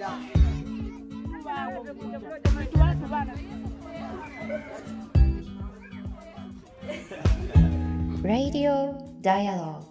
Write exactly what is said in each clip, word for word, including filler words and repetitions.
Radio Dialogue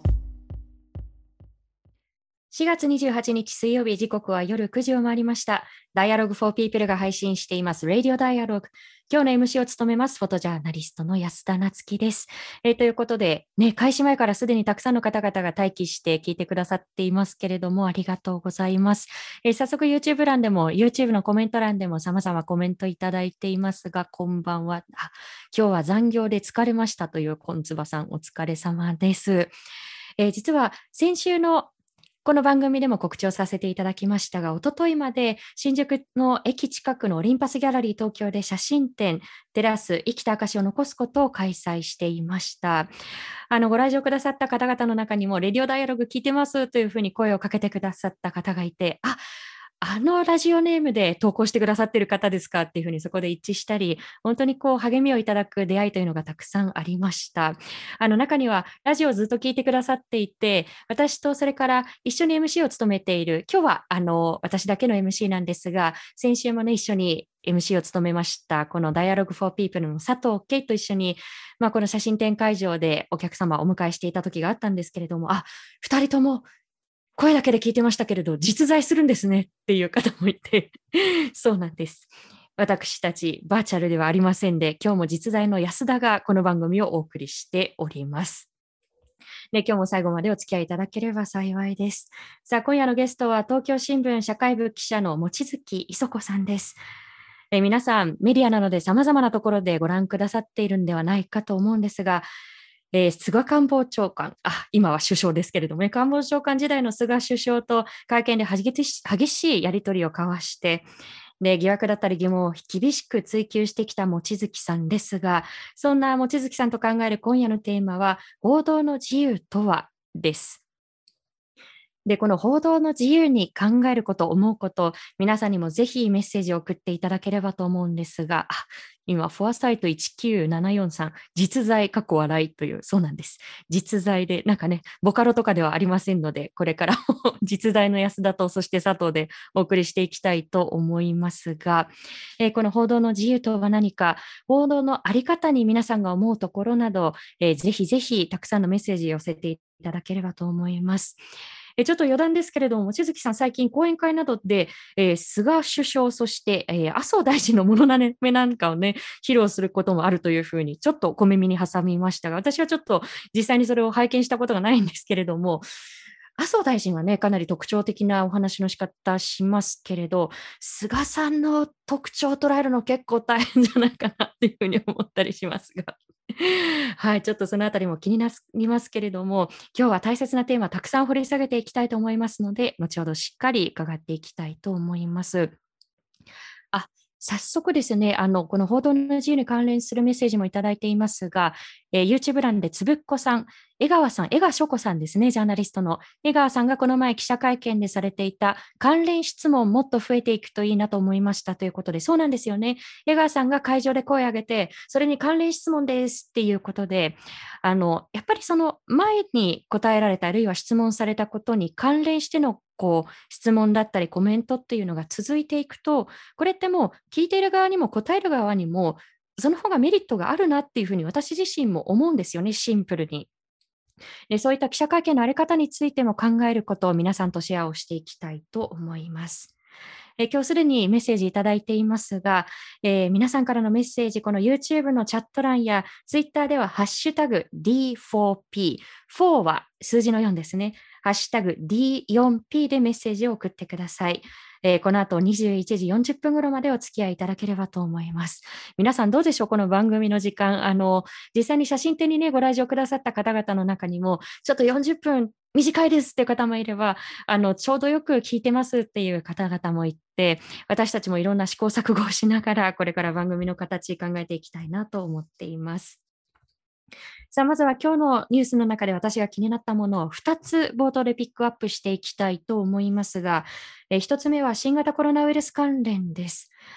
しがつにじゅうはちにち水曜日、時刻は夜くじを回りました。Dialogue for People が配信しています Radio Dialogue。今日の エムシー を務めますフォトジャーナリストの安田なつきです。えー、ということで、ね、開始前からすでにたくさんの方々が待機して聞いてくださっていますけれども、ありがとうございます。えー、早速 YouTube 欄でも YouTube のコメント欄でも様々コメントいただいていますが、こんばんは。あ、今日は残業で疲れましたというこんつばさん、お疲れ様です。えー、実は先週のこの番組でも告知をさせていただきましたが、おとといまで新宿の駅近くのオリンパスギャラリー東京で写真展テラス生きた証を残すことを開催していました。あのご来場くださった方々の中にもレディオダイアログ聞いてますというふうに声をかけてくださった方がいて、あ、あのラジオネームで投稿してくださっている方ですかっていうふうにそこで一致したり、本当にこう励みをいただく出会いというのがたくさんありました。あの中にはラジオをずっと聞いてくださっていて、私とそれから一緒に エムシー を務めている、今日はあの私だけの エムシー なんですが、先週もね一緒に エムシー を務めましたこの Dialogue for People の佐藤圭と一緒に、まあ、この写真展会場でお客様をお迎えしていた時があったんですけれども、あ、二人とも声だけで聞いてましたけれど、実在するんですねっていう方もいて、そうなんです。私たちバーチャルではありませんで、今日も実在の安田がこの番組をお送りしております。で、今日も最後までお付き合いいただければ幸いです。さあ、今夜のゲストは東京新聞社会部記者の望月磯子さんです。え皆さん、メディアなので様々なところでご覧くださっているんではないかと思うんですが、えー、菅官房長官、あ、今は首相ですけれども、ね、官房長官時代の菅首相と会見で激しいやり取りを交わして、で、疑惑だったり疑問を厳しく追及してきた望月さんですが、そんな望月さんと考える今夜のテーマは、報道の自由とはです。で、この報道の自由に考えること、思うこと、皆さんにもぜひメッセージを送っていただければと思うんですが、あ、今、フォアサイトいちきゅうななよんさん、実在過去笑いという、そうなんです。実在で、なんかね、ボカロとかではありませんので、これからも実在の安田と、そして佐藤でお送りしていきたいと思いますが、えー、この報道の自由とは何か、報道のあり方に皆さんが思うところなど、えー、ぜひぜひたくさんのメッセージを寄せていただければと思います。ちょっと余談ですけれども、望月さん、最近講演会などで、えー、菅首相、そして、えー、麻生大臣のものまねなんかをね、披露することもあるというふうに、ちょっと小耳に挟みましたが、私はちょっと実際にそれを拝見したことがないんですけれども、麻生大臣はね、かなり特徴的なお話の仕方しますけれど、菅さんの特徴を捉えるの結構大変じゃないかなっていうふうに思ったりしますが。はい、ちょっとそのあたりも気になりますけれども、今日は大切なテーマたくさん掘り下げていきたいと思いますので、後ほどしっかり伺っていきたいと思います。あ、早速ですね、あの、この報道の自由に関連するメッセージもいただいていますが、えー、YouTube 欄でつぶっこさん、江川さん、江川翔子さんですね、ジャーナリストの。江川さんがこの前記者会見でされていた関連質問もっと増えていくといいなと思いましたということで、そうなんですよね。江川さんが会場で声を上げて、それに関連質問ですっていうことで、あの、やっぱりその前に答えられた、あるいは質問されたことに関連してのこう質問だったりコメントっていうのが続いていくと、これってもう聞いている側にも答える側にも、その方がメリットがあるなっていうふうに私自身も思うんですよね、シンプルに。で、そういった記者会見のあり方についても考えることを皆さんとシェアをしていきたいと思います。え今日すでにメッセージいただいていますが、えー、皆さんからのメッセージ、この YouTube のチャット欄や Twitter ではハッシュタグ ディーフォーピー、フォーは数字のよんですね。ハッシュタグ ディーフォーピー でメッセージを送ってください。えー、この後にじゅういちじよんじゅっぷん頃までお付き合いいただければと思います。皆さんどうでしょう、この番組の時間。あの、実際に写真展にね、ご来場くださった方々の中にも、ちょっとよんじゅっぷん短いですっていう方もいれば、あの、ちょうどよく聞いてますっていう方々もいて、私たちもいろんな試行錯誤をしながら、これから番組の形考えていきたいなと思っています。さあ、まずは今日のニュースの中で私が気になったものをふたつ冒頭でピックアップしていきたいと思いますが、えひとつめは新型コロナウイルス関連です。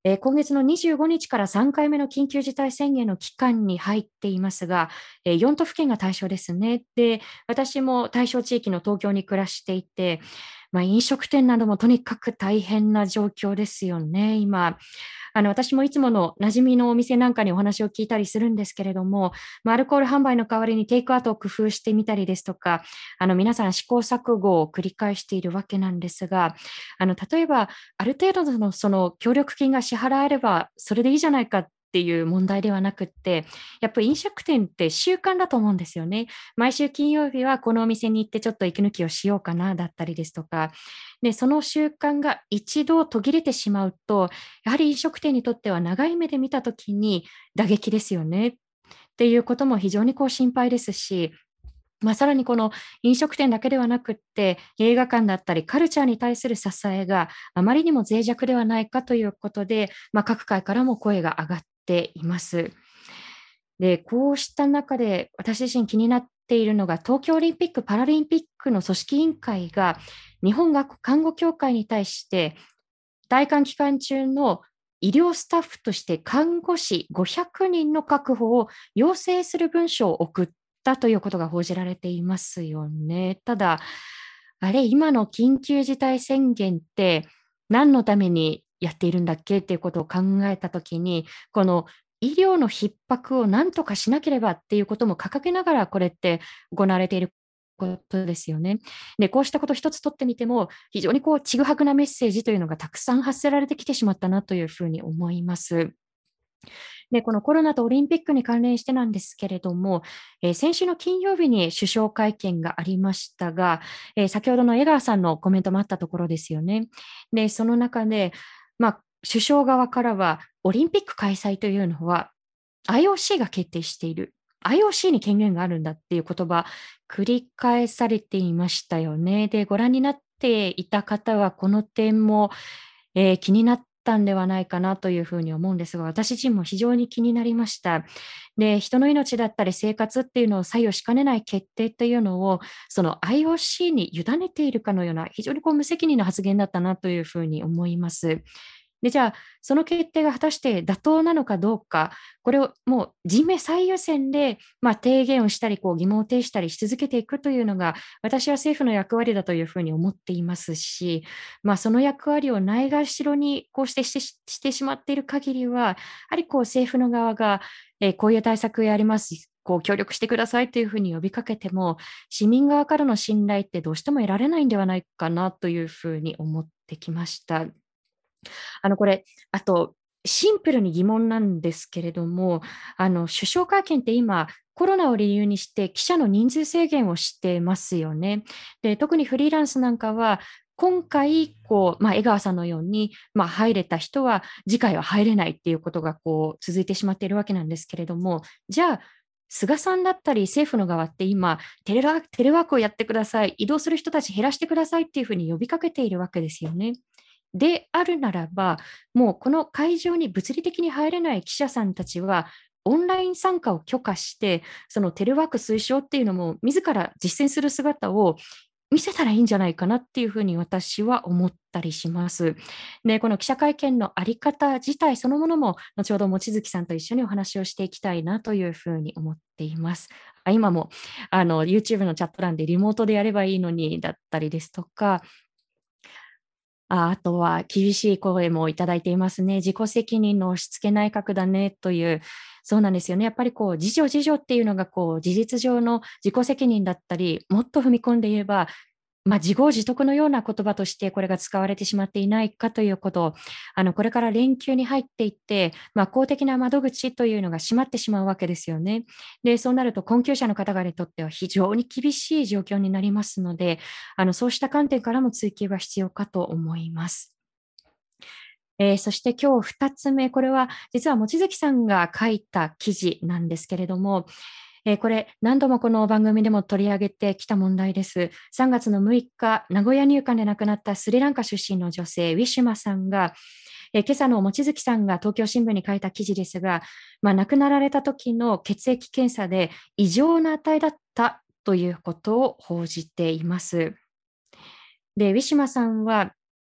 えー今月のにじゅうごにちからさんかいめの緊急事態宣言の期間に入っていますが、えーよん都府県が対象ですね。で、私も対象地域の東京に暮らしていて、まあ、飲食店などもとにかく大変な状況ですよね、今。あの、私もいつもの馴染みのお店なんかにお話を聞いたりするんですけれども、まあ、アルコール販売の代わりにテイクアウトを工夫してみたりですとか、あの、皆さん試行錯誤を繰り返しているわけなんですが、あの、例えば、ある程度のその協力金が支払えれば、それでいいじゃないかっていう問題ではなくって、やっぱり飲食店って習慣だと思うんですよね。毎週金曜日はこのお店に行ってちょっと息抜きをしようかなだったりですとか、で、その習慣が一度途切れてしまうと、やはり飲食店にとっては長い目で見たときに打撃ですよねっていうことも非常にこう心配ですし、まあ、さらにこの飲食店だけではなくって、映画館だったりカルチャーに対する支えがあまりにも脆弱ではないかということで、まあ、各界からも声が上がっています。で、こうした中で私自身気になっているのが、東京オリンピック・パラリンピックの組織委員会が、日本学看護協会に対して、大会期間中の医療スタッフとして看護師ごひゃくにんの確保を要請する文書を送ったということが報じられていますよね。ただ、あれ、今の緊急事態宣言って何のためにやっているんだっけっていうことを考えたときに、この医療の逼迫を何とかしなければっていうことも掲げながらこれって行われていることですよね。で、こうしたこと一つ取ってみても、非常にこう、ちぐはぐなメッセージというのがたくさん発せられてきてしまったなというふうに思います。で、このコロナとオリンピックに関連してなんですけれども、えー先週の金曜日に首相会見がありましたが、えー先ほどの江川さんのコメントもあったところですよね。で、その中で、まあ、首相側からは、オリンピック開催というのは アイオーシー が決定している。アイオーシー に権限があるんだっていう言葉、繰り返されていましたよね。で、ご覧になっていた方は、この点も、えー気になったんではないかなというふうに思うんですが、私自身も非常に気になりました。で、人の命だったり生活っていうのを左右しかねない決定というのを、その アイオーシー に委ねているかのような、非常にこう無責任な発言だったなというふうに思います。で、じゃあ、その決定が果たして妥当なのかどうか、これをもう人命最優先で、まあ、提言をしたり、こう疑問を呈したりし続けていくというのが、私は政府の役割だというふうに思っていますし、まあ、その役割をないがしろにこうしてしてししてしまっている限りは、やはりこう政府の側が、えーこういう対策をやります。こう協力してくださいというふうに呼びかけても、市民側からの信頼ってどうしても得られないんではないかなというふうに思ってきました。あの、これ、あと、シンプルに疑問なんですけれども、あの、首相会見って今、コロナを理由にして記者の人数制限をしてますよね。で、特にフリーランスなんかは、今回、こう、まあ、江川さんのように、まあ、入れた人は、次回は入れないっていうことが、こう、続いてしまっているわけなんですけれども、じゃあ、菅さんだったり政府の側って今テレワ、テレワークをやってください、移動する人たち減らしてくださいっていうふうに呼びかけているわけですよね。であるならば、もうこの会場に物理的に入れない記者さんたちは、オンライン参加を許可して、そのテレワーク推奨っていうのも、自ら実践する姿を見せたらいいんじゃないかなっていうふうに私は思ったりします。で、この記者会見のあり方自体そのものも、後ほど望月さんと一緒にお話をしていきたいなというふうに思っています。あ今もあの YouTube のチャット欄でリモートでやればいいのにだったりですとか、ああとは厳しい声もいただいていますね。自己責任の押し付け内閣だねという、そうなんですよね。やっぱりこう、自助自助っていうのがこう、事実上の自己責任だったり、もっと踏み込んで言えば、まあ、自業自得のような言葉としてこれが使われてしまっていないかということを、あの、これから連休に入っていって、まあ、公的な窓口というのが閉まってしまうわけですよね。で、そうなると困窮者の方々にとっては非常に厳しい状況になりますので、あの、そうした観点からも追及が必要かと思います。えーそして今日ふたつめ、これは実は望月さんが書いた記事なんですけれども、えーこれ何度もこの番組でも取り上げてきた問題です。さんがつのむいか、名古屋入管で亡くなったスリランカ出身の女性、ウィシュマさんが、えー今朝の望月さんが東京新聞に書いた記事ですが、まあ、亡くなられた時の血液検査で異常な値だったということを報じています。で、ウィシュマさんは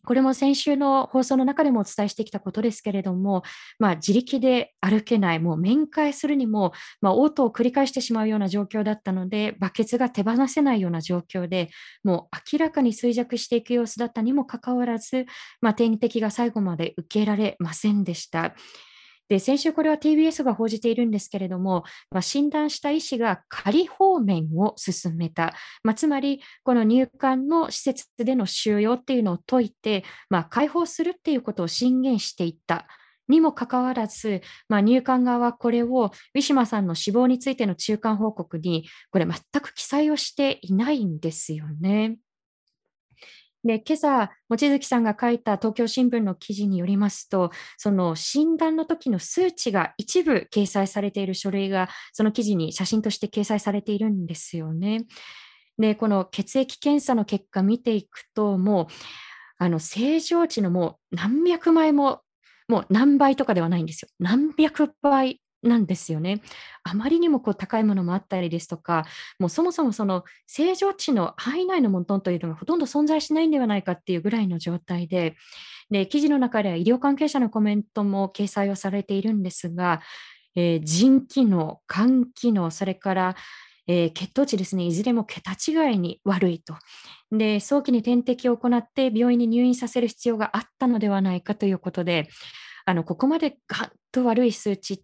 これも先週の放送の中でもお伝えしてきたことですけれども、まあ、自力で歩けない、もう面会するにも、まあ、嘔吐を繰り返してしまうような状況だったので、バケツが手放せないような状況で、もう明らかに衰弱していく様子だったにもかかわらず、まあ、点滴が最後まで受けられませんでした。で、先週これは ティービーエス が報じているんですけれども、まあ、診断した医師が仮放免を進めた。まあ、つまり、この入管の施設での収容っていうのを解いて、まあ、解放するっていうことを進言していった。にもかかわらず、まあ、入管側はこれをウィシュマさんの死亡についての中間報告にこれ全く記載をしていないんですよね。で、今朝、望月さんが書いた東京新聞の記事によりますと、その診断の時の数値が一部掲載されている書類が、その記事に写真として掲載されているんですよね。で、この血液検査の結果見ていくと、もう、あの、正常値のもう何百倍も、もう何倍とかではないんですよ。何百倍なんですよね。あまりにもこう高いものもあったりですとか、もうそもそもその正常値の範囲内のものというのがほとんど存在しないんではないかっていうぐらいの状態で、で、記事の中では医療関係者のコメントも掲載をされているんですが、えー腎機能、肝機能、それから、えー血糖値ですね、いずれも桁違いに悪いと。で、早期に点滴を行って病院に入院させる必要があったのではないかということで、あの、ここまでガッと悪い数値って、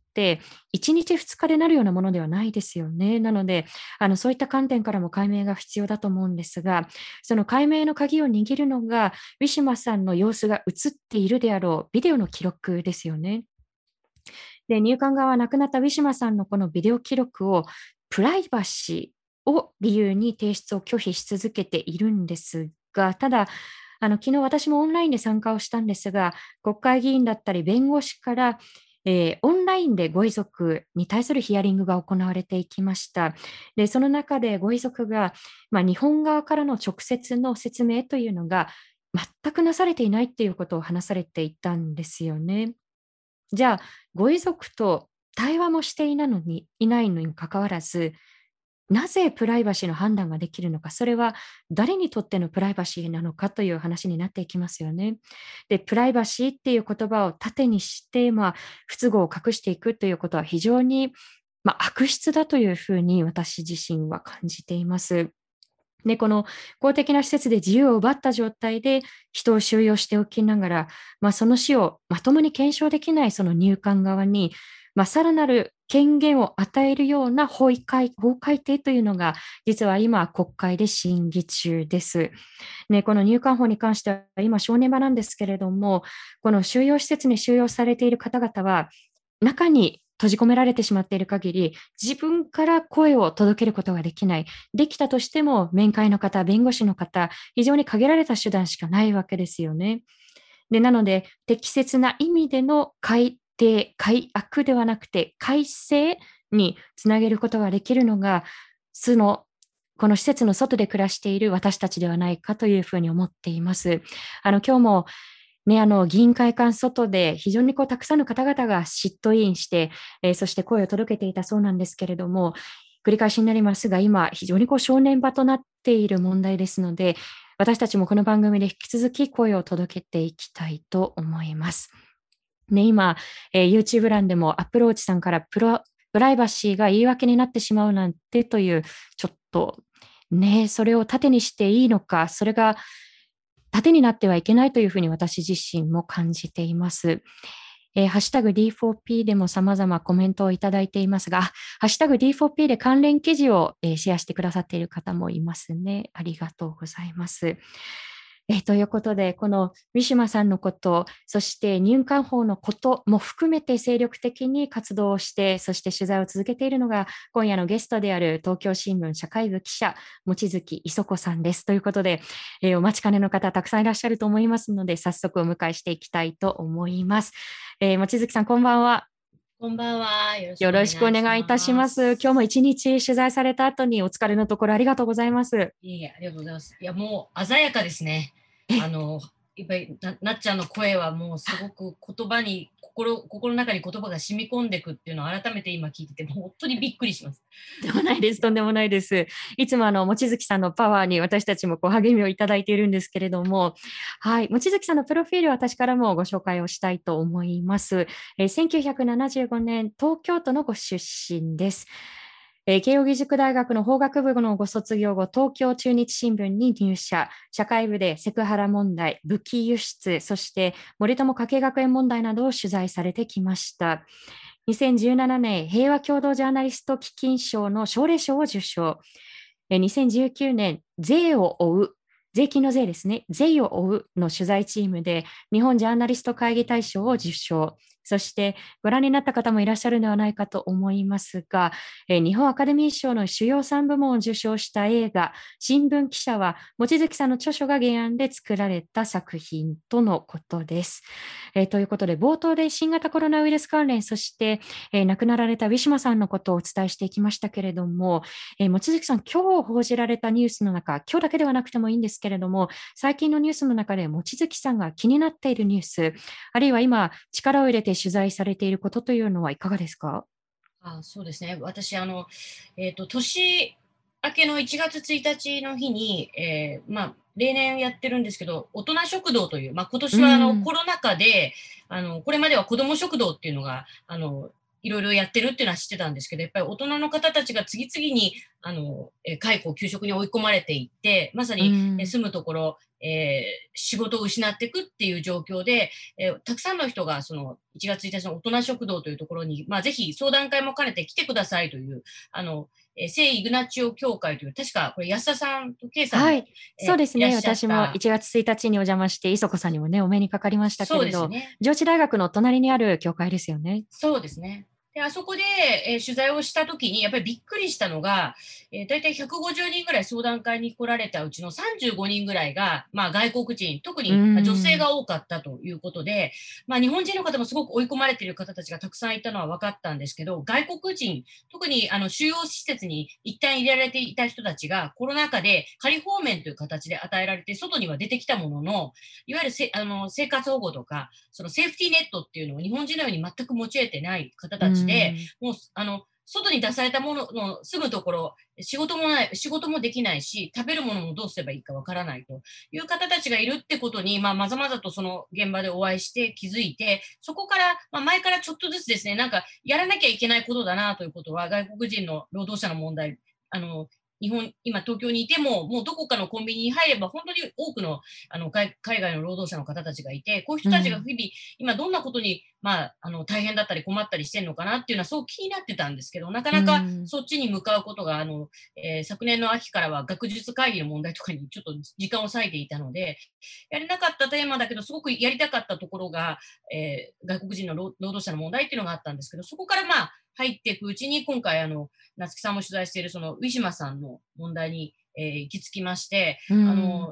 いちにちふつかでなるようなものではないですよね。なので、あの、そういった観点からも解明が必要だと思うんですが、その解明の鍵を握るのが、ウィシュマさんの様子が映っているであろうビデオの記録ですよね。で、入管側は亡くなったウィシュマさんのこのビデオ記録をプライバシーを理由に提出を拒否し続けているんですが、ただ、あの昨日私もオンラインで参加をしたんですが、国会議員だったり弁護士から、えーオンラインでご遺族に対するヒアリングが行われていきました。で、その中でご遺族が、まあ、日本側からの直接の説明というのが全くなされていないっていうことを話されていたんですよね。じゃあ、ご遺族と対話もしていないのにいないのにかかわらず、なぜプライバシーの判断ができるのか、それは誰にとってのプライバシーなのかという話になっていきますよね。で、プライバシーっていう言葉を盾にして、まあ、不都合を隠していくということは非常に、まあ、悪質だというふうに私自身は感じています。で、この公的な施設で自由を奪った状態で人を収容しておきながら、まあ、その死をまともに検証できないその入管側に、まあ、さらなる権限を与えるような法改法改定というのが、実は今、国会で審議中です。ね、この入管法に関しては、今、正念場なんですけれども、この収容施設に収容されている方々は、中に閉じ込められてしまっている限り、自分から声を届けることができない。できたとしても、面会の方、弁護士の方、非常に限られた手段しかないわけですよね。で、なので、適切な意味での改定、改悪ではなくて、改正につなげることができるのが、その、この施設の外で暮らしている私たちではないかというふうに思っています。あの、今日もね、あの、議員会館外で非常にこう、たくさんの方々がシットインして、えーそして声を届けていたそうなんですけれども、繰り返しになりますが、今、非常にこう正念場となっている問題ですので、私たちもこの番組で引き続き声を届けていきたいと思います。ね、今、えー YouTube 欄でもアプローチさんからプロプライバシーが言い訳になってしまうなんてという、ちょっとね、それを盾にしていいのか、それが盾になってはいけないというふうに私自身も感じています。えーハッシュタグ ディーフォーピー でも様々コメントをいただいていますが、ハッシュタグ ディーフォーピー で関連記事を、えーシェアしてくださっている方もいますね。ありがとうございます。えーということで、このウィシュマさんのこと、そして入管法のことも含めて精力的に活動をして、そして取材を続けているのが、今夜のゲストである東京新聞社会部記者、望月磯子さんです。ということで、えーお待ちかねの方、たくさんいらっしゃると思いますので、早速お迎えしていきたいと思います。えー、望月さん、こんばんは。 こんばんは。よろしくお願よろしくおいし願いいたします。 ます。 今日も一日取材された後にお疲れのところありがとうございます。 いえいえ、ありがとうございます。いや、もう鮮やかですね。あの、やっぱりな、なっちゃんの声はもうすごく言葉に心、心の中に言葉が染み込んでいくっていうのを改めて今聞いてて、もう本当にびっくりします。 とんでもないです。とんでもないです。いつもあの、望月さんのパワーに私たちもこう励みをいただいているんですけれども、はい。望月さんのプロフィールは私からもご紹介をしたいと思います。えー、せんきゅうひゃくななじゅうごねん、東京都のご出身です。えー慶應義塾大学の法学部のご卒業後、東京中日新聞に入社、社会部でセクハラ問題、武器輸出、そして森友家計学園問題などを取材されてきました。にせんじゅうななねん、平和共同ジャーナリスト基金賞の奨励賞を受賞。にせんじゅうきゅうねん、税を追う、税金の税ですね、税を追うの取材チームで日本ジャーナリスト会議大賞を受賞。そしてご覧になった方もいらっしゃるのではないかと思いますが、日本アカデミー賞の主要さん部門を受賞した映画、新聞記者は、望月さんの著書が原案で作られた作品とのことです。えー、ということで、冒頭で新型コロナウイルス関連、そして、えー、亡くなられたウィシュマさんのことをお伝えしていきましたけれども、えー、望月さん、今日報じられたニュースの中、今日だけではなくてもいいんですけれども、最近のニュースの中で望月さんが気になっているニュース、あるいは今、力を入れて取材されていることというのはいかがですか？ あ、そうですね。私、あの、えっと、年明けのいちがつついたちの日に、えーまあ、例年やってるんですけど、大人食堂という、まあ、今う年はあのん。 コロナ禍で、あの、これまでは子ども食堂っていうのが、あの、いろいろやってるっていうのは知ってたんですけど、やっぱり大人の方たちが次々に、あの、えー解雇、休職に追い込まれていって、まさうに、えーん。 住むところ、えー仕事を失っていくっていう状況で、えーたくさんの人がそのいちがつついたちの大人食堂というところに、まあ、ぜひ相談会も兼ねて来てくださいという、あの、えー聖イグナチオ教会という、確かこれ安田さんと圭さんも、 はい。そうえですね。 ーいらっしゃっ私もた、 いちがつついたちにお邪魔して、磯子さんにもね、お目にかかりましたけそうれど、 ですね。 上智大学の隣にある教会ですよね。 そうですね。で、あそこで、えー取材をしたときに、やっぱりびっくりしたのが、えー、大体ひゃくごじゅうにんぐらい相談会に来られたうちのさんじゅうごにんぐらいが、まあ、外国人、特うにまあ女性ん。 が多かったということで、まあ、日本人の方もすごく追い込まれている方たちがたくさんいたのは分かったんですけど、外国人、特にあの収容施設に一旦入れられていた人たちが、コロナ禍で仮放免という形で与えられて、外には出てきたものの、いわゆるせあの生活保護とか、そのセーフティーネットっていうのを日本人のように全く持ち得てない方うたちで、 ん。 もう、あの、外に出されたものの住むところ、仕事もない、仕事もできないし、食べるものもどうすればいいかわからないという方たちがいるってことに、まあ、まざまざとその現場でお会いして気づいて、そこから、まあ、前からちょっとずつですね、なんか、やらなきゃいけないことだなということは、外国人の労働者の問題、あの、日本、今東京にいても、もうどこかのコンビニに入れば、本当に多くのあの海海外の労働者の方たちがいて、こういう人たちがうん。 日々、今どんなことに、まあ、あの大変だったり困ったりしてるのかなっていうのはそう気になってたんですけど、なかうなかん。 そっちに向かうことが、あの、えー昨年の秋からは学術会議の問題とかにちょっと時間を割いていたので、やれなかったテーマだけど、すごくやりたかったところが、えー外国人の労労働者の問題っていうのがあったんですけど、そこからまあ入っていくうちに、今回あの、夏木さんも取材しているそのウィシュマさんの問題に、えー行き着きまして、 うん。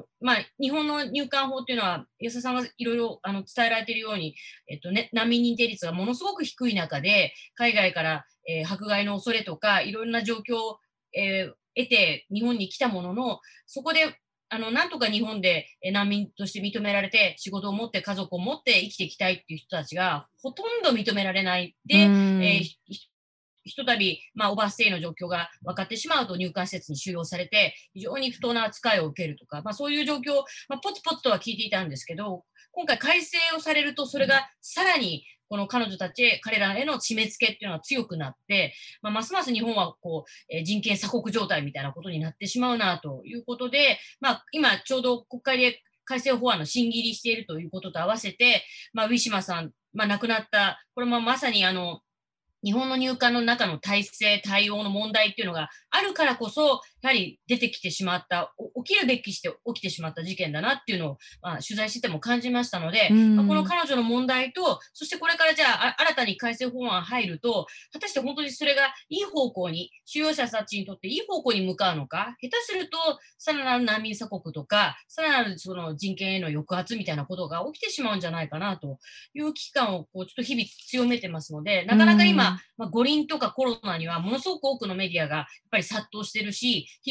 あの、まあ、日本の入管法っていうのは、安田さんがいろいろあの伝えられているように、えっとね、難民認定率がものすごく低い中で、海外から、えー迫害の恐れとか、いろんな状況を、えー得て日本に来たものの、そこであの、なんとか日本でえ難民として認められて、仕事を持って家族を持って生きていきたいっていう人たちが、ほとんど認められない。 うで、えーん。 ひひとたび、まあ、オーバーステイの状況が分かってしまうと入管施設に収容されて、非常に不当な扱いを受けるとか、まあ、そういう状況を、まあ、ポツポツとは聞いていたんですけど、今回改正をされると、それがさらにこの彼女たち、彼らへの締め付けっていうのは強くなって、まあ、ますます日本はこう、えー人権鎖国状態みたいなことになってしまうなということで、まあ、今ちょうど国会で改正法案の審議入りしているということと合わせて、まあ、ウィシュマさん、まあ、亡くなった、これもまさにあの、日本の入管の中の体制、対応の問題っていうのがあるからこそ、やはり出てきてしまった、起きるべきして起きてしまった事件だなっていうのを、まあ、取材してても感じましたのうで、まあ、このん。 彼女の問題と、そしてこれからじゃあ、あ新たに改正法案入ると、果たして本当にそれがいい方向に、収容者たちにとっていい方向に向かうのか、下手すると、さらなる難民鎖国とか、さらなるその人権への抑圧みたいなことが起きてしまうんじゃないかなという危機感をこうちょっと日々強めてますので、 うなかなか今、 ん。 まあ、五輪とかコロナにはものすごく多くのメディアがやっぱり殺到してるし、日々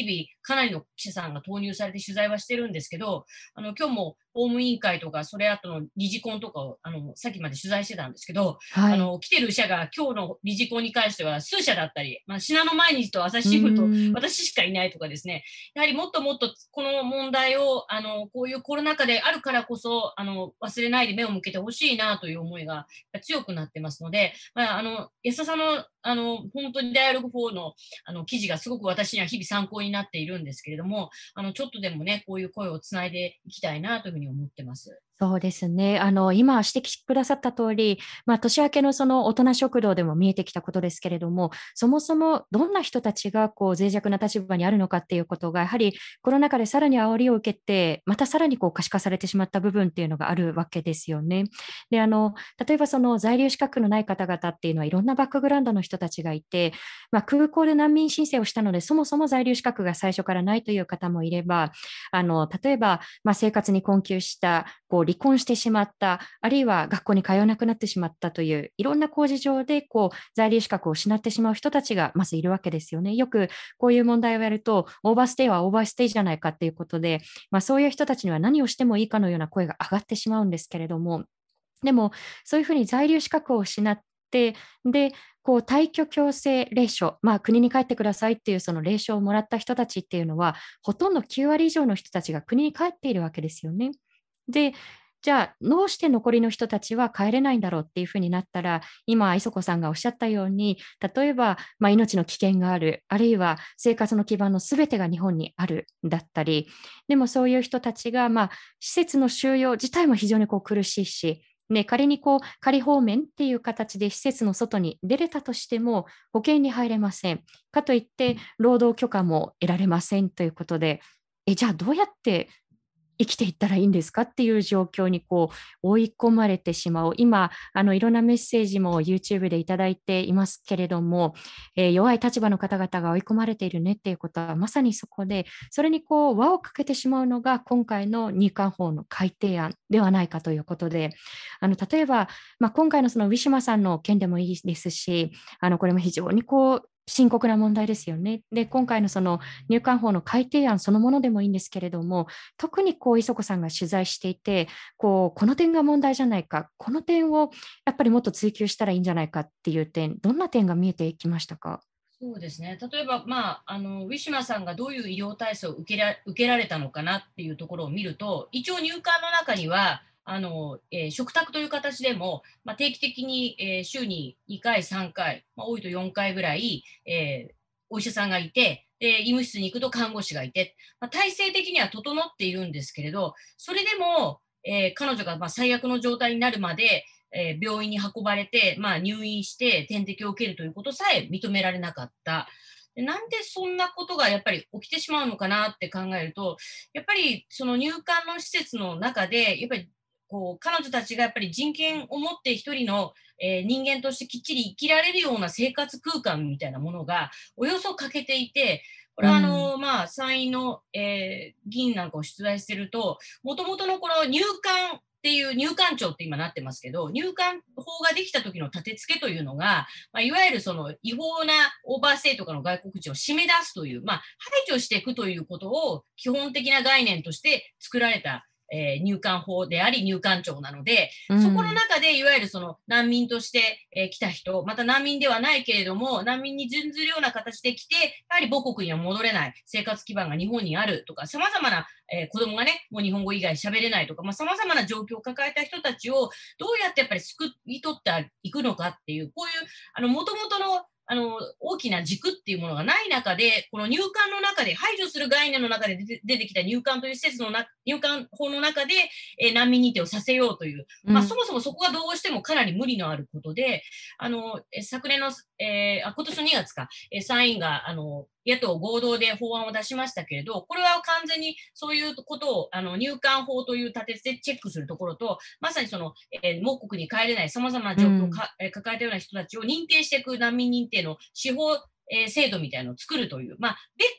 かなりの記者さんが投入されて取材はしてるんですけど、あの、今日も法務委員会とか、それ後の理事懇とかを、あの、さっきまで取材してたんですけど、 はい。 あの、来てる社が今日の理事懇に関しては数社だったり、まあ、信濃毎日と朝う日新聞とーん。 私しかいないとかですね、やはりもっともっとこの問題を、あの、こういうコロナ禍であるからこそ、あの、忘れないで目を向けてほしいなという思いが強くなってますので、まあ、あの、安田さんの、あの、本当にダイアログフォーの、あの、記事がすごく私には日々参考になっているんですけれども、あの、ちょっとでもね、こういう声をつないでいきたいなというふうに思ってます。 そうですね。あの、今指摘くださった通り、まあ、年明けのその大人食堂でも見えてきたことですけれども、そもそもどんな人たちがこう脆弱な立場にあるのかっていうことが、やはりコロナ禍でさらに煽りを受けて、またさらにこう可視化されてしまった部分っていうのがあるわけですよね。で、あの、例えばその在留資格のない方々っていうのはいろんなバックグラウンドの人たちがいて、まあ、空港で難民申請をしたので、そもそも在留資格が最初からないという方もいれば、あの、例えば、まあ、生活に困窮した、こう離婚してしまった、あるいは学校に通わなくなってしまったという、いろんな工事上でこう在留資格を失ってしまう人たちがまずいるわけですよね。よくこういう問題をやると、オーバーステイはオーバーステイじゃないかっていうことで、まあ、そういう人たちには何をしてもいいかのような声が上がってしまうんですけれども、でも、そういうふうに在留資格を失って、で、こう退去強制令書、まあ、国に帰ってくださいっていうその令書をもらった人たちっていうのは、ほとんどきゅう割以上の人たちが国に帰っているわけですよね。で、じゃあ、どうして残りの人たちは帰れないんだろうっていうふうになったら、今、磯子さんがおっしゃったように、例えば、まあ、命の危険がある、あるいは生活の基盤のすべてが日本にあるだったり、でもそういう人たちが、まあ、施設の収容自体も非常にこう苦しいし、ね、仮にこう仮放免っていう形で施設の外に出れたとしても保険に入れません。かといって労働許可も得られませんということで、えじゃあどうやって生きていったらいいんですかっていう状況にこう追い込まれてしまう。今、あのいろんなメッセージも YouTube でいただいていますけれども、えー弱い立場の方々が追い込まれているねっていうことはまさにそこで、それにこう輪をかけてしまうのが今回の入管法の改定案ではないかということで、あの例えば、まあ、今回のそのウィシュマさんの件でもいいですし、あのこれも非常にこう深刻な問題ですよね。で、今回のその入管法の改定案そのものでもいいんですけれども、特にこう磯子さんが取材していて、こうこの点が問題じゃないか、この点をやっぱりもっと追求したらいいんじゃないかっていう点、どんな点が見えてきましたか？ そうですね。例えば、まあ、あの、ウィシュマさんがどういう医療体制を受けら受けられたのかなっていうところを見ると、一応入管の中には、あの、えー食卓という形でも、まあ、定期的に、えー週ににかい、さんかい、まあ、多いとよんかいぐらい、えーお医者さんがいて、で、医務室に行くと看護師がいて、まあ、体制的には整っているんですけれど、それでも、えー彼女がまあ最悪の状態になるまで、えー病院に運ばれて、まあ、入院して点滴を受けるということさえ認められなかった。でなんでそんなことがやっぱり起きてしまうのかなって考えると、やっぱりその入管の施設の中で、やっぱりこう彼女たちがやっぱり人権を持って一人の、えー人間としてきっちり生きられるような生活空間みたいなものがおよそ欠けていて、これはあうん、 の、まあ、参院の、えー議員なんかを出題してると、もともとのこの入管っていう入管庁って今なってますけど、入管法ができた時の立て付けというのが、まあ、いわゆるその違法なオーバーステイとかの外国人を締め出すという、まあ、排除していくということを基本的な概念として作られた、えー入管法であり入管庁なので、そこのうん、 中でいわゆるその難民として、えー来た人、また難民ではないけれども、難民に準ずるような形で来て、やはり母国には戻れない、生活基盤が日本にあるとか、様々な、えー子供がね、もう日本語以外喋れないとか、まあ、様々な状況を抱えた人たちをどうやってやっぱり救い取っていくのかっていう、こういう、あの、元々のあの、大きな軸っていうものがない中で、この入管の中で、排除する概念の中で出て出てきた入管という施設のな、入管法の中で、えー難民認定をさせようという、まあ、そうん、 もそもそこがどうしてもかなり無理のあることで、あの、え昨年の、えーあ、今年のにがつか、えー参院が、あの、野党合同で法案を出しましたけれど、これは完全にそういうことを、あの、入管法という立て付けチェックするところと、まさにその、えー母国に帰れない様々な状況をうん、 か、えー抱えたような人たちを認定していく難民認定の司法、えー制度みたいなのを作るという、まあ、別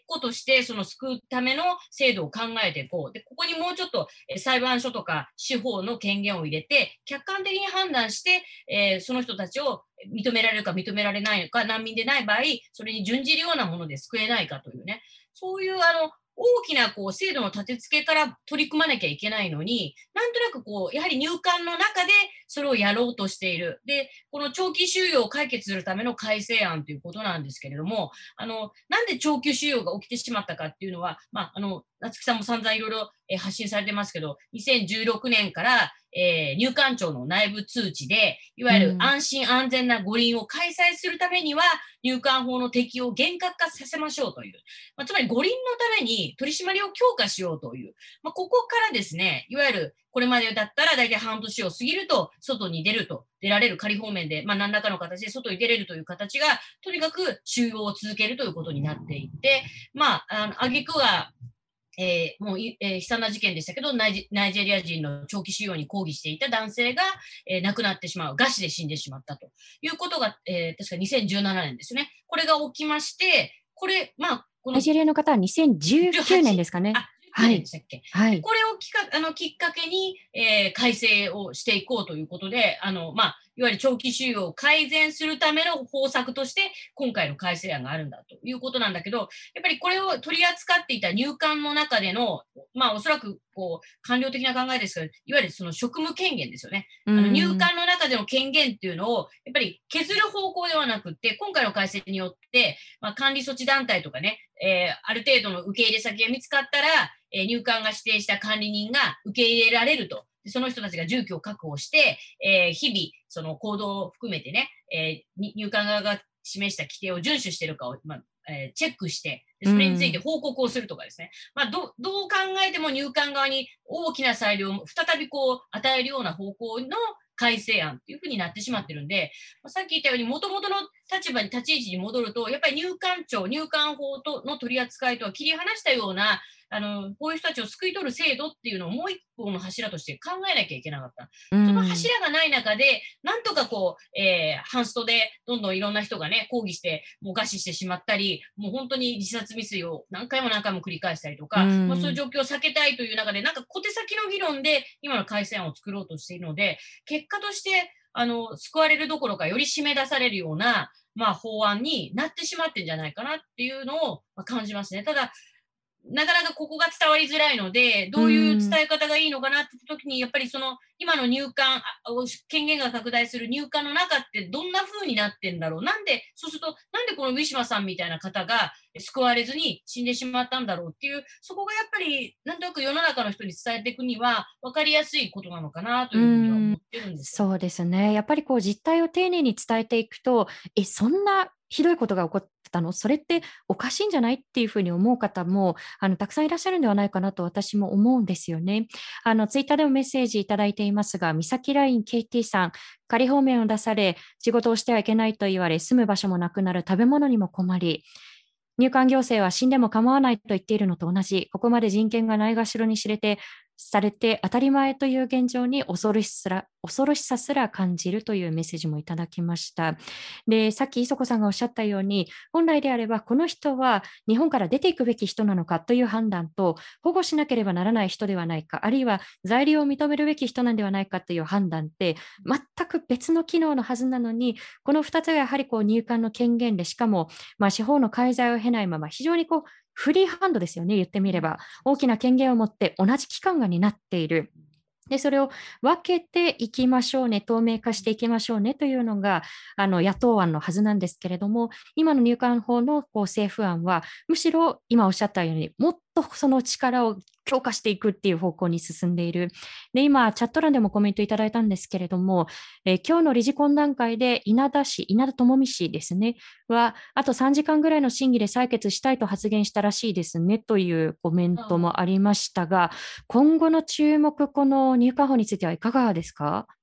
個としてその救うための制度を考えていこう。で、ここにもうちょっと裁判所とか司法の権限を入れて、客観的に判断して、えー、その人たちを認められるか認められないのか、難民でない場合、それに準じるようなもので救えないかというね、そういうあの、大きなこう制度の立て付けから取り組まなきゃいけないのに、なんとなくこう、やはり入管の中でそれをやろうとしている。で、この長期収容を解決するための改正案ということなんですけれども、あの、なんで長期収容が起きてしまったかっていうのは、まあ、あの、夏木さんも散々いろいろ発信されてますけど、にせんじゅうろくねんから、えー、入管庁の内部通知で、いわゆる安心安全な五輪を開催するためには、入管法の適用を厳格化させましょうという、まあ、つまり五輪のために取り締まりを強化しようという、まあ、ここからですね、いわゆるこれまでだったら大体半年を過ぎると外に出ると、出られる仮放免で、まあ、何らかの形で外に出れるという形が、とにかく収容を続けるということになっていって、まあ、あの、挙句は、えー、もう、えー、悲惨な事件でしたけどナイジ、ナイジェリア人の長期収容に抗議していた男性が、えー、亡くなってしまう、餓死で死んでしまったということが、えー、確かにせんじゅうななねんですね。これが起きまして、これ、まあ、このナイジェリアの方はにせんじゅうきゅうねんですかね。 はい。でしたっけ、 はい、 これをきかあのきっかけに、えー、改正をしていこうということで、あの、まあ、いわゆる長期収容を改善するための方策として、今回の改正案があるんだということなんだけど、やっぱりこれを取り扱っていた入管の中での、まあ、おそらく、こう、官僚的な考えですけど、いわゆるその職務権限ですよね。あの入管の中での権限っていうのを、やっぱり削る方向ではなくって、今回の改正によって、まあ、管理措置団体とかね、えー、ある程度の受け入れ先が見つかったら、えー、入管が指定した管理人が受け入れられると。その人たちが住居を確保して、えー、日々、その行動を含めてね、えー、入管側が示した規定を遵守しているかを、まあえー、チェックして、それについて報告をするとかですね。まあ、ど、どう考えても入管側に大きな裁量を再びこう与えるような方向の改正案っていうふうになってしまってるんで、まあ、さっき言ったように元々の立場に立ち位置に戻ると、やっぱり入管庁、入管法との取り扱いとは切り離したような、あの、こういう人たちを救い取る制度っていうのをもう一個の柱として考えなきゃいけなかった。その柱がない中で、なんとかこう、えー、ハンストでどんどんいろんな人がね、抗議して、もう餓死してしまったり、もう本当に自殺未遂を何回も何回も繰り返したりとか、まあ、そういう状況を避けたいという中で、なんか小手先の議論で今の改正案を作ろうとしているので、結果として、あの、救われるどころかより締め出されるような、まあ、法案になってしまってんじゃないかなっていうのを感じますね。ただ、なかなかここが伝わりづらいので、どういう伝え方がいいのかなって時に、やっぱりその、今の入管、権限が拡大する入管の中ってどんな風になってんだろう。なんで、そうすると、なんでこのウィシュマさんみたいな方が救われずに死んでしまったんだろうっていう、そこがやっぱり、なんとなく世の中の人に伝えていくには、分かりやすいことなのかなというふうには思ってるんです、 ね。そうですね。やっぱりこう実態を丁寧に伝えていくと、え、そんなひどいことが起こったの？それっておかしいんじゃないっていうふうに思う方もあのたくさんいらっしゃるんではないかなと私も思うんですよね。あのツイッターでもメッセージいただいていますが、三崎ライン ケーティー さん、仮放免を出され、仕事をしてはいけないと言われ、住む場所もなくなる、食べ物にも困り、入管行政は死んでも構わないと言っているのと同じ、ここまで人権がないがしろに知れて、されて当たり前という現状に恐ろしさら恐ろしさすら感じるというメッセージもいただきました。で、さっき磯子さんがおっしゃったように、本来であればこの人は日本から出ていくべき人なのかという判断と、保護しなければならない人ではないか、あるいは在留を認めるべき人なんではないかという判断って全く別の機能のはずなのに、このふたつがやはりこう入管の権限で、しかもまあ司法の介在を経ないまま非常にこうフリーハンドですよね、言ってみれば。大きな権限を持って同じ機関が担っている。で、それを分けていきましょうね、透明化していきましょうねというのが、あの、野党案のはずなんですけれども、今の入管法のこう政府案は、むしろ今おっしゃったように、もっとその力を強化していくっていう方向に進んでいる。で、今、チャット欄でもコメントいただいたんですけれども、えー、今日の理事懇談会で稲田氏、稲田朋美氏ですね、は、あとさんじかんぐらいの審議で採決したいと発言したらしいですねというコメントもありましたが、今後の注目、この入管法についてはいかがですか？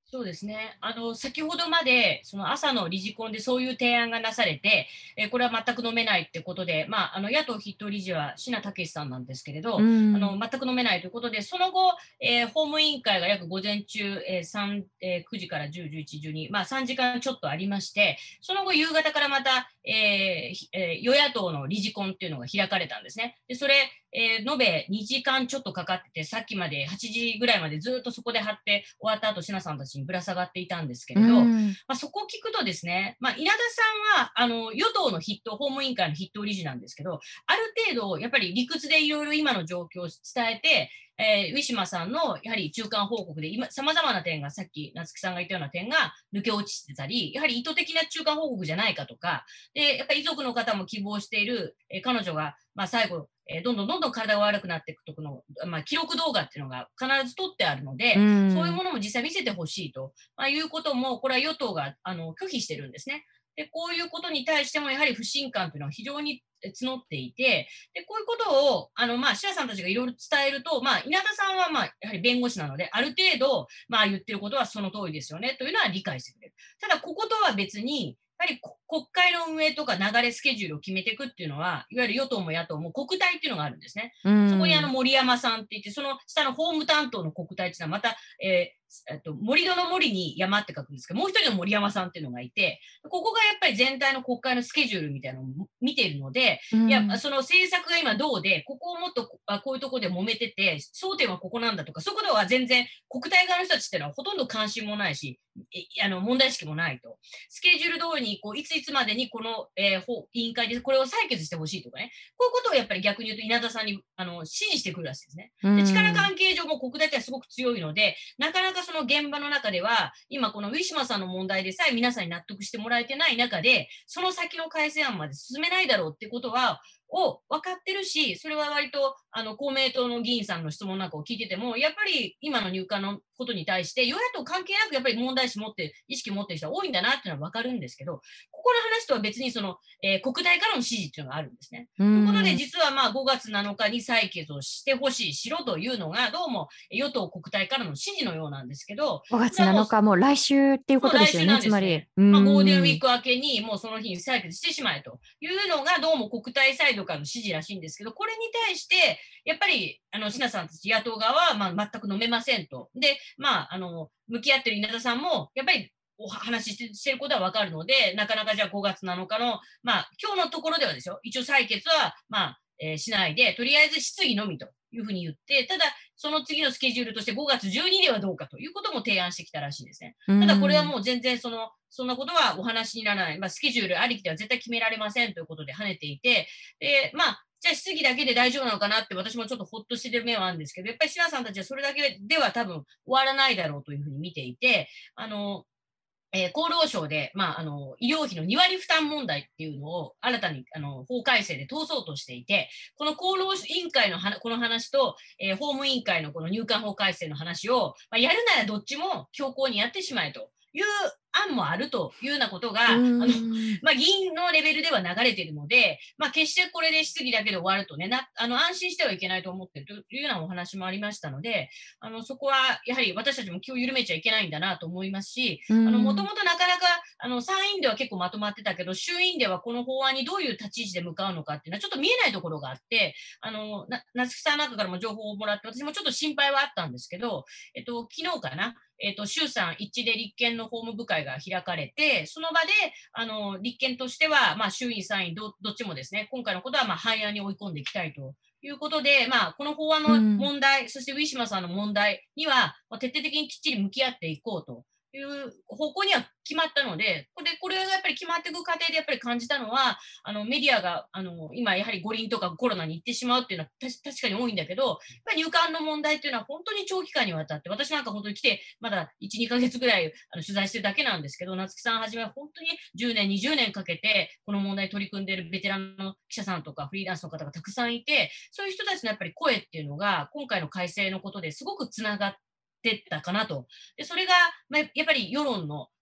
そうですね。あの、先ほどまで、その朝の理事コンでそういう提案がなされて、え、これは全く飲めないってことで、まあ、あの、野党筆頭理事は椎名武さんなんですけれうど、あの、 ん。 全く飲めないということで、その後、えー法務委員会が約午前中、えー、さんえーくじからじゅう、じゅういち、じゅうに、まあさんじかんちょっとありまして、その後夕方からまた、えーひえー与野党の理事コンっていうのが開かれたんですね。で、それ、えー延べにじかんちょっとかかってて、さっきまではちじぐらいまでずっとそこで張って終わった後、品さんたちにぶら下がっていたんですけうれど、 ん。 まあ、そこを聞くとですね、まあ、稲田さんは、あの、与党の筆頭、法務委員会の筆頭理事なんですけど、ある程度、やっぱり理屈でいろいろ今の状況を伝えて、えーウィシュマさんのやはり中間報告で今、様々な点が、さっき夏木さんが言ったような点が抜け落ちてたり、やはり意図的な中間報告じゃないかとか、で、やっぱり遺族の方も希望している、えー彼女が、まあ、最後、えーどんどんどんどん体が悪くなっていくとこの、まあ、記録動画っていうのが必ず撮ってあるのうで、そういうん。 ものも実際見せてほしいと、まあ、いうことも、これは与党があの拒否してるんですね。で、こういうことに対しても、やはり不信感というのは非常に募っていて、で、こういうことを、あの、まあ、シアさんたちがいろいろ伝えると、まあ、稲田さんは、まあ、やはり弁護士なので、ある程度、まあ、言ってることはその通りですよね、というのは理解してくれる。ただ、こことは別に、やはり国会の運営とか流れスケジュールを決めていくっていうのは、いわゆる与党も野党も国対っていうのがあるんですね。 うそこにあのん。 森山さんって言って、その下の法務担当の国対っていうのはまた、えーえっと、森戸の森に山って書くんですけど、もう一人の森山さんっていうのがいて、ここがやっぱり全体の国会のスケジュールみたいなのを見ているので、いや、 うん。 その政策が今どうで、ここをもっとあこういうところで揉めてて、争点はここなんだとか、そういうことは全然国対側の人たちっていうのはほとんど関心もないし、あの問題意識もないと。スケジュール通りにこういついつまでにこの、えー、委員会でこれを採決してほしいとかね、こういうことをやっぱり逆に言うと稲田さんにあの指示してくるらしいですね。 うで力ん。 関係上も国大ってすごく強いので、なかなかその現場の中では、今このウィシュマさんの問題でさえ皆さんに納得してもらえてない中で、その先の改正案まで進めないだろうってことは、を分かってるし、それは割とあの公明党の議員さんの質問なんかを聞いてても、やっぱり今の入管のことに対して、与野党関係なくやっぱり問題視持って、意識持ってる人は多いんだなっていうのは分かるんですけど、ここの話とは別にその、えー国大からの指示っていうのがあるんですね。 うということで、 ん。 実はまあごがつなのかに採決をしてほしい、しろというのが、どうも与党国対からの指示のようなんですけど、 5月これはもう 7日、もう来週っていうこそう、 とですよね、 来週なんつまり。 ですね。 うまあ、ゴールデンウィん。 ーク明けに、もうその日に採決してしまえというのが、どうも国対サイドからの指示らしいんですけど、これに対して、やっぱり、あの、品さんたち野党側は、まあ、全く飲めませんと。で、まあ、あの、向き合ってる稲田さんも、やっぱり、お話ししてしてることはわかるので、なかなかじゃあごがつなのかの、まあ、今日のところではですよ、一応採決は、まあ、えーしないで、とりあえず質疑のみというふうに言って、ただ、その次のスケジュールとしてごがつじゅうにではどうかということも提案してきたらしいんですね。 うただこれはん。 もう全然その、そんなことはお話にならない。まあ、スケジュールありきでは絶対決められませんということで跳ねていて、で、まあ、じゃあ質疑だけで大丈夫なのかなって私もちょっとほっとしてる面はあるんですけど、やっぱりシナさんたちはそれだけでは多分終わらないだろうというふうに見ていて、あの、えー厚労省で、まあ、あの、医療費のに割負担問題っていうのを新たに、あの、法改正で通そうとしていて、この厚労委員会のはこの話と、えー法務委員会のこの入管法改正の話を、まあ、やるならどっちも強行にやってしまえという案もあるというようなことうが、あの、 ん。 まあ、議員のレベルでは流れているので、まあ、決してこれで質疑だけで終わるとね、なあの安心してはいけないと思っているというようなお話もありましたので、あのそこはやはり私たちも気を緩めちゃいけないんだなと思いますし、 うあの、もとん。 もとなかなか、あの、参院では結構まとまってたけど、衆院ではこの法案にどういう立ち位置で向かうのかっていうのはちょっと見えないところがあって、あの、な、夏木さんなんかからも情報をもらって、私もちょっと心配はあったんですけど、えっと、昨日かな、えっと、衆参一致で立憲の法務部会が開かれて、その場で、あの、立憲としては、まあ、衆院参院どどっちもですね、今回のことは、まあ、廃案に追い込んでいきたいということで、まあ、この法案のうん。 問題、そしてウィシュマさんの問題には、まあ、徹底的にきっちり向き合っていこうという方向には決まったので、これこれがやっぱり決まっていく過程でやっぱり感じたのは、あのメディアがあの今やはり五輪とかコロナに行ってしまうっていうのは確かに多いんだけど、やっぱり入管の問題っていうのは本当に長期間にわたって、私なんか本当に来てまだいち、にかげつぐらいあの取材してるだけなんですけど、夏木さんはじめ本当にじゅうねん、にじゅうねんかけてこの問題に取り組んでいるベテランの記者さんとかフリーランスの方がたくさんいて、そういう人たちのやっぱり声っていうのが今回の改正のことですごくつながってったかなと。で、それが、まあ、やっぱり世論の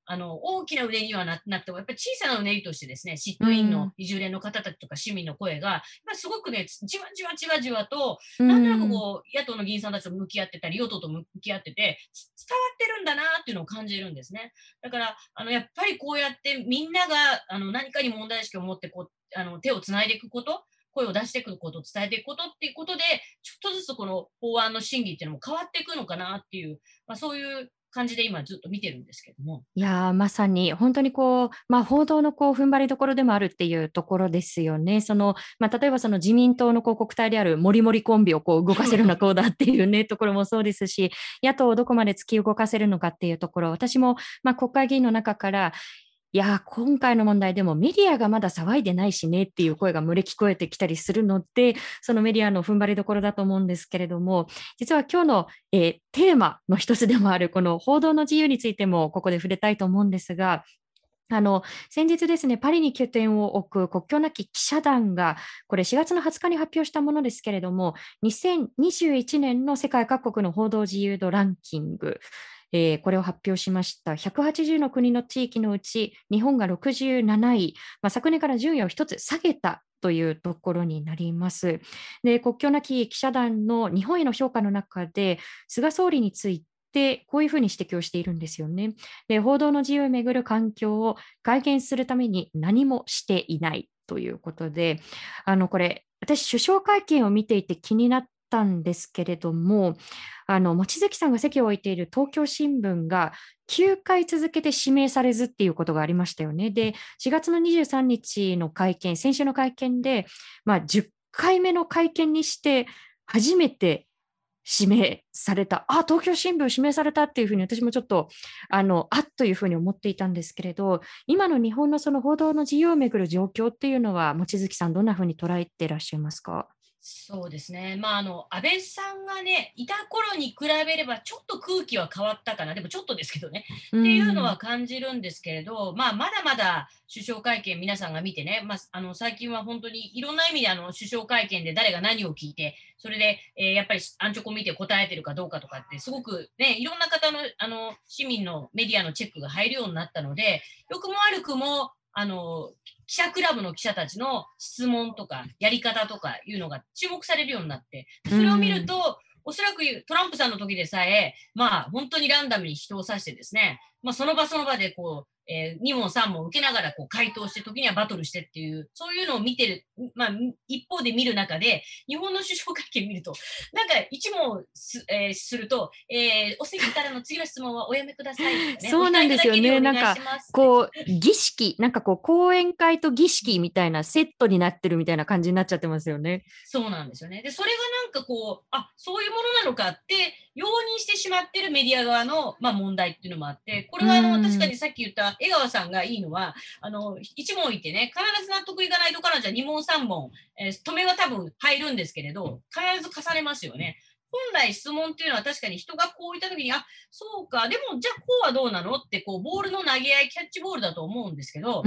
あの、大きなうねりにはななっても、やっぱり小さなうねりとしてですね、シッうトインのん。 移住連の方たちとか市民の声が、やっぱりすごくね、じわじわじわじわと、 うなんとなくん。 こう、野党の議員さんたちと向き合ってたり、与党と向き合ってて、つ伝わってるんだなっていうのを感じるんですね。だから、あの、やっぱりこうやってみんなが、あの、何かに問題意識を持って、こう、あの、手を繋いでいくこと、声を出していくこと、伝えていくことっていうことで、ちょっとずつこの法案の審議っていうのも変わっていくのかなっていう、まあ、そういう感じで今ずっと見てるんですけども。 いやー、まさに本当にこう、まあ、報道のこう踏ん張りどころでもあるっていうところですよね。その、まあ、例えばその自民党の広告体であるモリモリコンビをこう動かせるのはこうだっていうね、ところもそうですし、野党をどこまで突き動かせるのかっていうところ、私もまあ国会議員の中から、いやー、今回の問題でもメディアがまだ騒いでないしねっていう声が漏れ聞こえてきたりするので、そのメディアの踏ん張りどころだと思うんですけれども、実は今日の、えーテーマの一つでもあるこの報道の自由についてもここで触れたいと思うんですが、あの先日ですね、パリに拠点を置く国境なき記者団が、これしがつのはつかに発表したものですけれども、にせんにじゅういちねんの世界各国の報道自由度ランキング、えーこれを発表しました。ひゃくはちじゅうの国の地域のうち、日本がろくじゅうなない、まあ、昨年から順位を一つ下げたというところになります。で、国境なき記者団の日本への評価の中で、菅総理についてこういうふうに指摘をしているんですよね。で、報道の自由をめぐる環境を改善するために何もしていないということで、あのこれ、私、首相会見を見ていて気になったんですけれども、あの望月さんが席を置いている東京新聞がきゅうかい続けて指名されずっていうことがありましたよね。で、しがつのにじゅうさんにちの会見、先週の会見で、まあ、じゅっかいめの会見にして初めて指名された、あ、東京新聞指名されたっていうふうに私もちょっと、あの、あっというふうに思っていたんですけれど、今の日本のその報道の自由をめぐる状況っていうのは、望月さん、どんなふうに捉えていらっしゃいますか？ そうですね。まあ、あの、安倍さんがね、いた頃に比べれば、ちょっと空気は変わったかな。でもちょっとですけどね。 うっていうのはん。 感じるんですけれど、まあ、まだまだ首相会見皆さんが見てね、まあ、あの、最近は本当にいろんな意味であの、首相会見で誰が何を聞いて、それで、えーやっぱりアンチョコ見て答えてるかどうかとかって、すごくね、いろんな方の、あの、市民のメディアのチェックが入るようになったので、良くも悪くも、あの、記者クラブの記者たちの質問とかやり方とかいうのが注目されるようになって、でうそれを見るん。 と、おそらくトランプさんの時でさえ、まあ本当にランダムに人を指してですね、まあその場その場でこう、えー、に問さん問受けながらこう回答して、時にはバトルしてっていう、そういうのを見てる、まあ一方で見る中で、日本の首相会見見ると、なんか一問す,、えーすると、えー、お席からの次の質問はおやめくださいとかね、おそうなん控えいたですよね。 だけるようおなんか、 願いしますって。 こう、儀式、なんかこう、講演会と儀式みたいなセットになってるみたいな感じになっちゃってますよね。 そうなんですよね。で、それがなんかこう、あ、そういうものなのかって容認してしまってるメディア側の、まあ、問題っていうのもあって、こうれはあの、確かん。 にさっき言った江川さんがいいのは、あの、一問いてね、必ず納得いかないと彼女はに問さん問、えー止めは多分入るんですけれど、必ず重ねますよね。本来質問っていうのは確かに人がこういった時に、あ、そうか、でもじゃあこうはどうなのってこうボールの投げ合い、キャッチボールだと思うんですけど、 うん。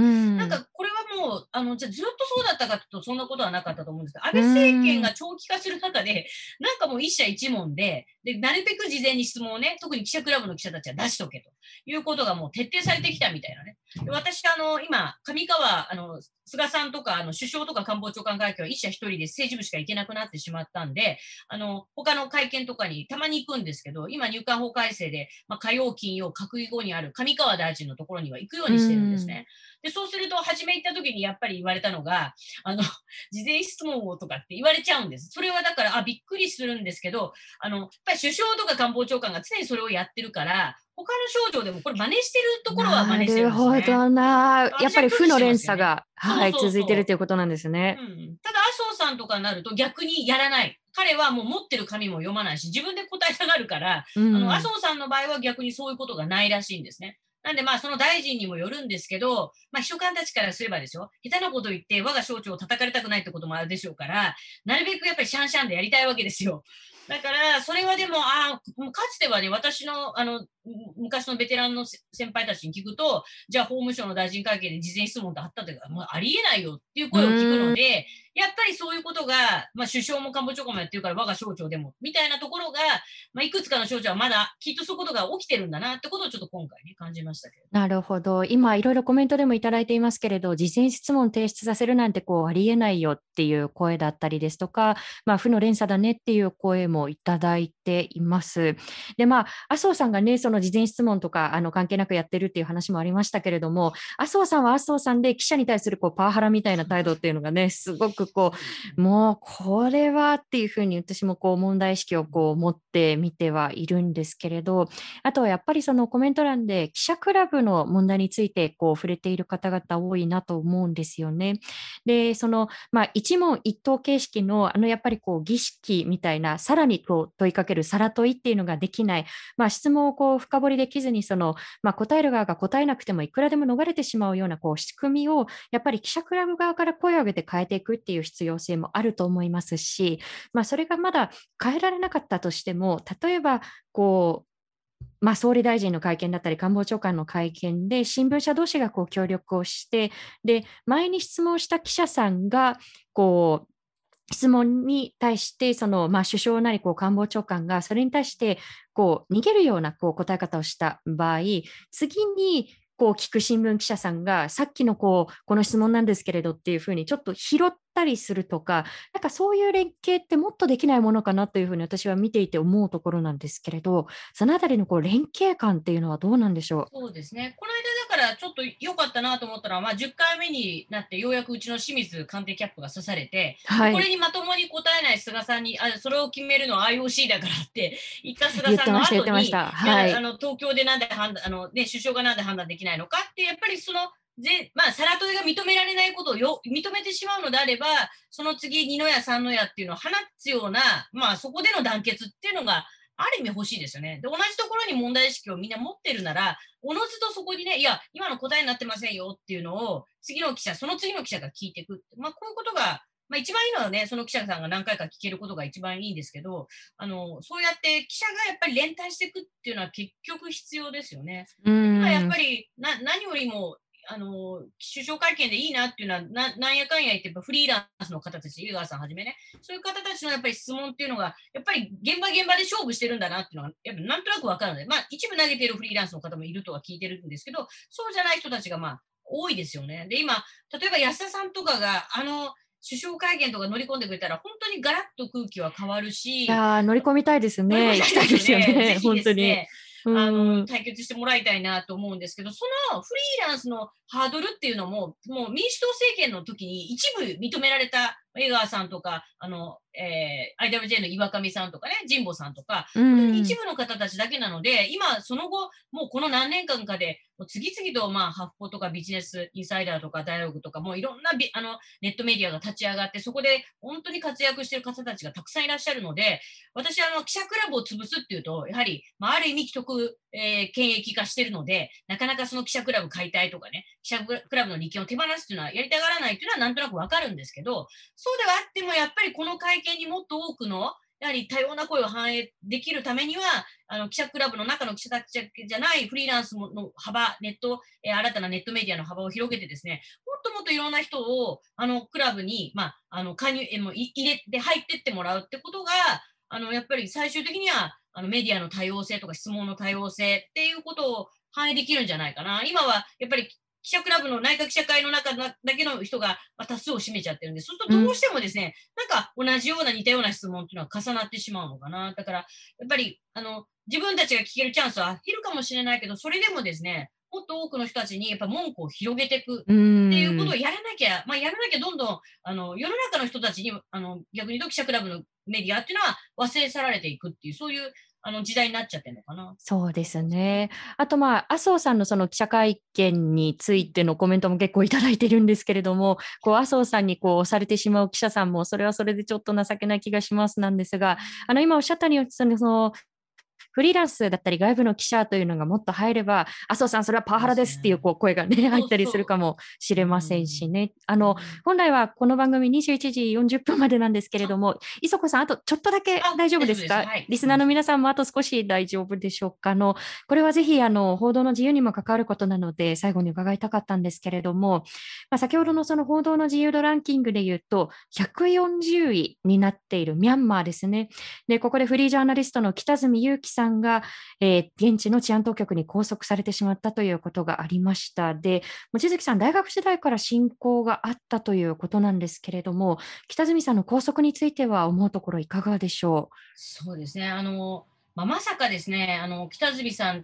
なんかこれはもう、あの、じゃあずっとそうだったかというとそんなことはなかったと思うんですけど、安う倍政権ん。 が長期化する中で、なんかもう一社一問で、で、なるべく事前に質問をね、特に記者クラブの記者たちは出しとけということがもう徹底されてきたみたいなね。で私、あの、今、上川、あの、菅さんとか、あの、首相とか官房長官会見は一社一人で政治部しか行けなくなってしまったんで、あの、他の会見とかにたまに行くんですけど、今、入管法改正で、まあ、火曜、金曜、閣議後にある上川大臣のところには行くよううにしてるんですん。 ね。で、そうすると、初め行った時にやっぱり言われたのが、あの、事前質問をとかって言われちゃうんです。それはだから、あ、びっくりするんですけど、あの、やっぱり首相とか官房長官が常にそれをやってるから、他の省庁でもこれ真似してるところは真な似してるるんですね。 ほどな。やっ私は拒否しぱり負のてますよね。 連鎖が、はい、 そうそう続いてるそということなんですう。 ね。 うん。ただ、麻生さんとかになると逆にやらない。彼はもう持ってる紙も読まないし、自分で答えたがるから、あの、麻うん。 生さんの場合は逆にそういうことがないらしいんですね。なんでまあその大臣にもよるんですけど、まあ秘書官たちからすればですよ、下手なこと言って我が省庁を叩かれたくないってこともあるでしょうから、なるべくやっぱりシャンシャンでやりたいわけですよ。だから、それはでも、ああ、かつてはね、私の、あの、 昔のベテランの先輩たちに聞くと、じゃあ法務省の大臣会見で事前質問ってあったってか、もうありえないよっていう声を聞くので、やっぱりそういうことが、まあ、首相も官房長官もやってるから、我が省庁でも、みたいなところが、まあ、いくつかの省庁はまだきっとそういうことが起きてるんだなってことをちょっと今回ね、感じましたけど。 なるほど。今、いろいろコメントでもいただいていますけれど、事前質問提出させるなんてこうありえないよっていう声だったりですとか、まあ、負の連鎖だねっていう声もいただいています。で、まあ、麻生さんがね、その事前質問とかあの関係なくやってるっていう話もありましたけれども、麻生さんは麻生さんで記者に対するこうパワハラみたいな態度っていうのがね、すごくこう、もうこれはっていうふうに私もこう問題意識をこう持って見てはいるんですけれど、あとはやっぱりそのコメント欄で記者クラブの問題についてこう触れている方々多いなと思うんですよね。で、その、まあ、一問一答形式のあのやっぱりこう儀式みたいな、さらにこう問いかけるさら問いっていうのができない、まあ、質問をこう深掘りできずにその、まあ、答える側が答えなくてもいくらでも逃れてしまうようなこう仕組みをやっぱり記者クラブ側から声を上げて変えていくっていう必要性もあると思いますし、まあ、それがまだ変えられなかったとしても、例えばこうまあ、総理大臣の会見だったり官房長官の会見で新聞社同士がこう協力をしてで前に質問した記者さんがこう質問に対してその、まあ、首相なりこう官房長官がそれに対してこう逃げるようなこう答え方をした場合、次にこう聞く新聞記者さんがさっきのこうこの質問なんですけれどっていうふうにちょっと拾ったりするとか、なんかそういう連携ってもっとできないものかなというふうに私は見ていて思うところなんですけれど、そのあたりのこう連携感っていうのはどうなんでしょう。 そうですね。この間だからちょっと良かったなと思ったのは、まあ、じゅっかいめになってようやくうちの清水官邸キャップが刺されて、ではい、 これにまともに答えない菅さんに、あ、それを決めるのは アイオーシー だからって言った菅さんの言ってました言っ後に、 てました。 いや、 はい。 あの東京でなんで判断、あのね、首相がなんで判断できないのかって、やっぱりその、ぜまあ、サラトレが認められないことをよ認めてしまうのであれば、その次、二の矢、三の矢っていうのを放つような、まあ、そこでの団結っていうのが、ある意味欲しいですよね。で、同じところに問題意識をみんな持ってるなら、おのずとそこにね、いや、今の答えになってませんよっていうのを、次の記者、その次の記者が聞いていく。まあ、こういうことが、まあ、一番いいのはね、その記者さんが何回か聞けることが一番いいんですけど、あの、そうやって記者がやっぱり連帯していくっていうのは結局必要ですよね。 うで今やっん。 ぱり、な、何よりも、あの、首相会見でいいなっていうのは、ななんやかんや言って、やっぱフリーランスの方たち、井川さんはじめね、そういう方たちのやっぱり質問っていうのが、やっぱり現場現場で勝負してるんだなっていうのが、やっぱなんとなくわかるので、まあ一部投げてるフリーランスの方もいるとは聞いてるんですけど、そうじゃない人たちがまあ多いですよね。で、今、例えば安田さんとかが、あの、首相会見とか乗り込んでくれたら、本当にガラッと空気は変わるし、 いやー、乗り込みたいですね。 乗り込みたいで行きたいですよね。ぜすよね。 ひ本当に。 ですね、 うあの、 ん。 対決してもらいたいなと思うんですけど、そのフリーランスのハードルっていうのも、もう民主党政権の時に一部認められた江川さんとか、あの、えー、アイダブリュージェー の岩上さんとかね、神保さんとか、 う本当に一ん。 部の方たちだけなので、今、その後、もうこの何年間かで、もう次々と、まあ、発砲とかビジネスインサイダーとかダイアログとか、もういろんなビあのネットメディアが立ち上がって、そこで本当に活躍している方たちがたくさんいらっしゃるので、私はあの記者クラブを潰すっていうと、やはり、まあ、ある意味既得、えー、権益化しているので、なかなかその記者クラブ解体とかね、記者クラブの利権を手放すっていうのはやりたがらないっていうのはなんとなくわかるんですけど、そうではあってもやっぱりこの会見にもっと多くのやはり多様な声を反映できるためには、あの記者クラブの中の記者たちじゃないフリーランスの幅、ネット、えー、新たなネットメディアの幅を広げてですね、もっともっといろんな人をあのクラブに、まあ、あの加入、えー、もう入れて入ってってもらうってことが、あのやっぱり最終的にはあのメディアの多様性とか質問の多様性っていうことを反映できるんじゃないかな。今はやっぱり記者クラブの内閣記者会の中だけの人が多数を占めちゃってるんで、そうするとどうしてもですね、なんか同じような似たような質問っていうのは重なってしまうのかな。だから、やっぱり、あの、自分たちが聞けるチャンスは減るかもしれないけど、それでもですね、もっと多くの人たちにやっぱ文句を広げていくうっていうことをん。 やらなきゃ、まあ、やらなきゃどんどん、あの、世の中の人たちに、あの、逆に言うと記者クラブのメディアっていうのは忘れ去られていくっていう、そういうあの時代になっちゃってるのかな。 そうですね。あと、まあ、麻生さんのその記者会見についてのコメントも結構いただいてるんですけれども、こう麻生さんにこう押されてしまう記者さんも、それはそれでちょっと情けない気がしますなんですが、あの今おっしゃったように、そのそのフリーランスだったり外部の記者というのがもっと入れば、麻生さん、それはパワハラですっていうこう声がね、入ったりするかもしれませんしね。あの、本来はこの番組にじゅういちじよんじゅっぷんまでなんですけれども、磯子さん、あとちょっとだけ大丈夫ですか？リスナーの皆さんもあと少し大丈夫でしょうか？あの、これはぜひ、あの、報道の自由にも関わることなので、最後に伺いたかったんですけれども、まあ、先ほどのその報道の自由度ランキングで言うと、ひゃくよんじゅういになっているミャンマーですね。で、ここでフリージャーナリストの北住裕樹さんが、えー、現地の治安当局に拘束されてしまったということがありました。で、望月さん、大学時代から親交があったということなんですけれども、北住さんの拘束については思うところいかがでしょう？ そうですね。あの、まあ、まさかですね、あの、北住さんって、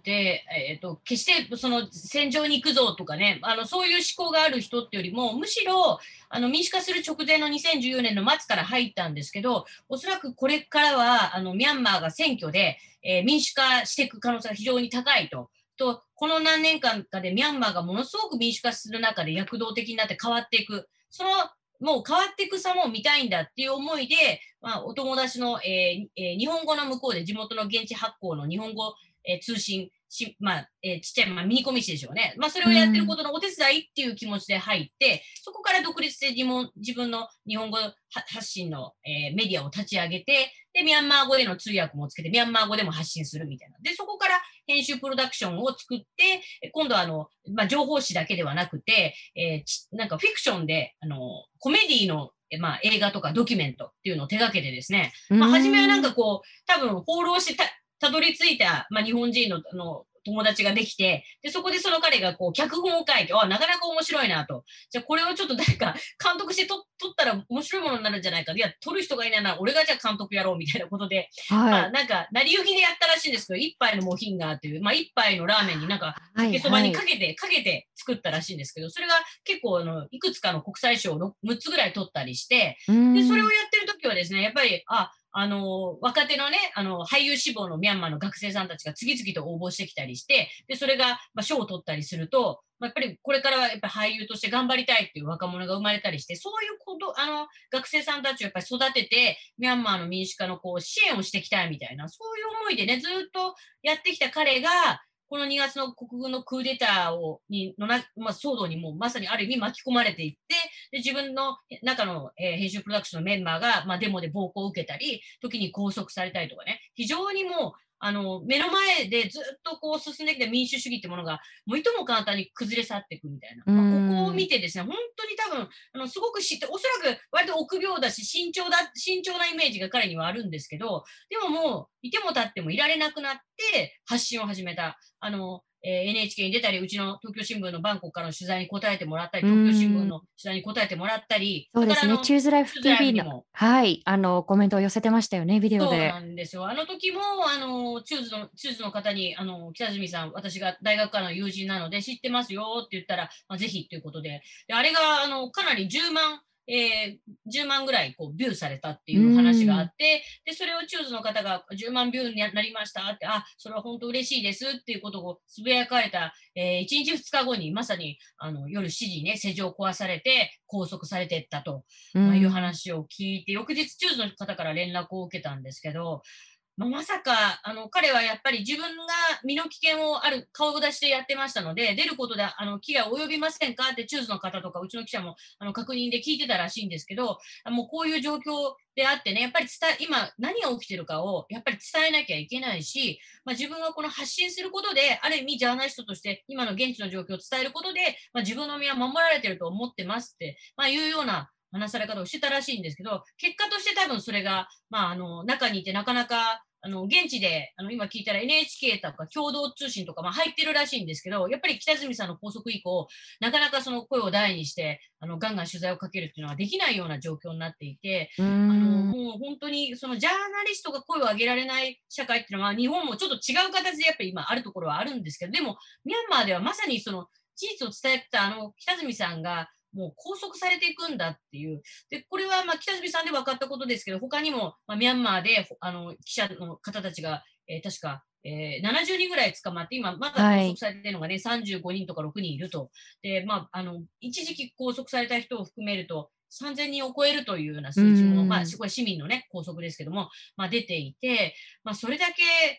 えっと、決してその戦場に行くぞとかね、あの、そういう思考がある人っていうよりも、むしろ、あの、民主化する直前のにせんじゅうよねんの末から入ったんですけど、おそらくこれからは、あの、ミャンマーが選挙で、えー民主化していく可能性が非常に高いと。と、この何年間かでミャンマーがものすごく民主化する中で躍動的になって変わっていく。そのもう変わっていく様を見たいんだっていう思いで、まあ、お友達の、えーえー日本語の向こうで地元の現地発行の日本語、えー通信し、まあ、えーちっちゃい、まあ、ミニコミ誌でしょうね。まあ、それをやってることのお手伝いっていう気持ちで入って、そこから独立で自分自分の日本語発信の、えーメディアを立ち上げて、で、ミャンマー語での通訳もつけて、ミャンマー語でも発信するみたいな。で、そこから編集プロダクションを作って、今度はあの、まあ、情報誌だけではなくて、えーちなんかフィクションで、あの、コメディのまあ、映画とかドキュメントっていうのを手掛けてですね、まあ、初めはなんかこう、多分放浪してた、たどり着いた、まあ、日本人のあの友達ができて、で、そこでその彼がこう、脚本を書いて、あ、なかなか面白いなと。じゃあこれをちょっと誰か監督して撮撮ったら面白いものになるんじゃないか。いや、撮る人がいないなら俺がじゃあ監督やろうみたいなことで、まあ、 はい。 なんか、成り行きでやったらしいんですけど、一杯のモヒンガーっていう、まあ、一杯のラーメンになんか、かはいけそばはい。 にかけて、かけて作ったらしいんですけど、それが結構あの、いくつかの国際賞をむっつぐらい取ったりして、 うーで、それをん。 やってる時はですね、やっぱり、あ、あの、若手のね、あの、俳優志望のミャンマーの学生さんたちが次々と応募してきたりして、で、それが、まあ、賞を取ったりすると、まあ、やっぱりこれからはやっぱ俳優として頑張りたいっていう若者が生まれたりして、そういうこと、あの、学生さんたちをやっぱり育てて、ミャンマーの民主化のこう、支援をしていきたいみたいな、そういう思いでね、ずっとやってきた彼が、このにがつの国軍のクーデターを、に、のな、まあ、騒動にもまさにある意味巻き込まれていって、で、自分の中の、えー編集プロダクションのメンバーが、まあ、デモで暴行を受けたり、時に拘束されたりとかね、非常にもう、あの、目の前でずっとこう進んできた民主主義ってものが、もういとも簡単に崩れ去っていくみたいな。 うーまあ、ここを見ん。 てですね、本当に多分、あの、すごく知って、おそらく割と臆病だし、慎重だ、慎重なイメージが彼にはあるんですけど、でももう、いても立ってもいられなくなって発信を始めた。あの、えー エヌエイチケー に出たり、うちの東京新聞のバンコクからの取材に答えてもらったり、 う東京新聞ーん。 の取材に答えてもらったり、 そうですね。 それからあの、 チューズライフチューズライフティービー の、 にもはい、あの、コメントを寄せてましたよね、ビデオそうなで。 んですよ。あの時も、あの、チューズの、チューズの方に、あの、北住さん、私が大学からの友人なので知ってますよって言ったら、まあ、ぜひということで、で、あれが、あの、かなりじゅうまん、えー、じゅうまんぐらい、こう、ビューされたってういう話がーん。 あって、で、それをチューズの方がじゅうまんビューになりましたって、あ、それは本当嬉しいですっていうことをつぶやかれた、えー、いちにちふつかごに、まさに、あの、夜しちじにね、施錠を壊されて、拘束されていったと、 うーまあ、いうん。 話を聞いて、翌日、チューズの方から連絡を受けたんですけど、まあ、まさか、あの、彼はやっぱり自分が身の危険をある顔出しでやってましたので、出ることで、あの、危害及びませんかってチューズの方とか、うちの記者も、あの、確認で聞いてたらしいんですけど、あもうこういう状況であってね、やっぱり伝え、今何が起きてるかを、やっぱり伝えなきゃいけないし、まあ、自分はこの発信することで、ある意味ジャーナリストとして今の現地の状況を伝えることで、まあ、自分の身は守られてると思ってますって、まあ、いうような話され方をしてたらしいんですけど、結果として多分それが、まあ、あの、中にいてなかなか、あの、現地で、あの、今聞いたら エヌエイチケー とか共同通信とか、まあ入ってるらしいんですけど、やっぱり北住さんの拘束以降、なかなかその声を大にして、あの、ガンガン取材をかけるっていうのはできないような状況になっていて、 うーあの、 ん。 もう本当に、そのジャーナリストが声を上げられない社会っていうのは、日本もちょっと違う形でやっぱり今あるところはあるんですけど、でも、ミャンマーではまさにその、事実を伝えてたあの、北住さんが、もう拘束されていくんだっていう。で、これはまあ北住さんで分かったことですけど、他にも、まあ、ミャンマーで、あの、記者の方たちが、えー確か、えーななじゅうにんぐらい捕まって、今まだはい。 拘束されているのがね、さんじゅうごにんとかろくにんいると。で、まあ、あの、一時期拘束された人を含めると、さんぜんにんを超えるというようなうー数字も、まあ、 ん。 これ市民のね、拘束ですけども、まあ、出ていて、まあ、それだけ、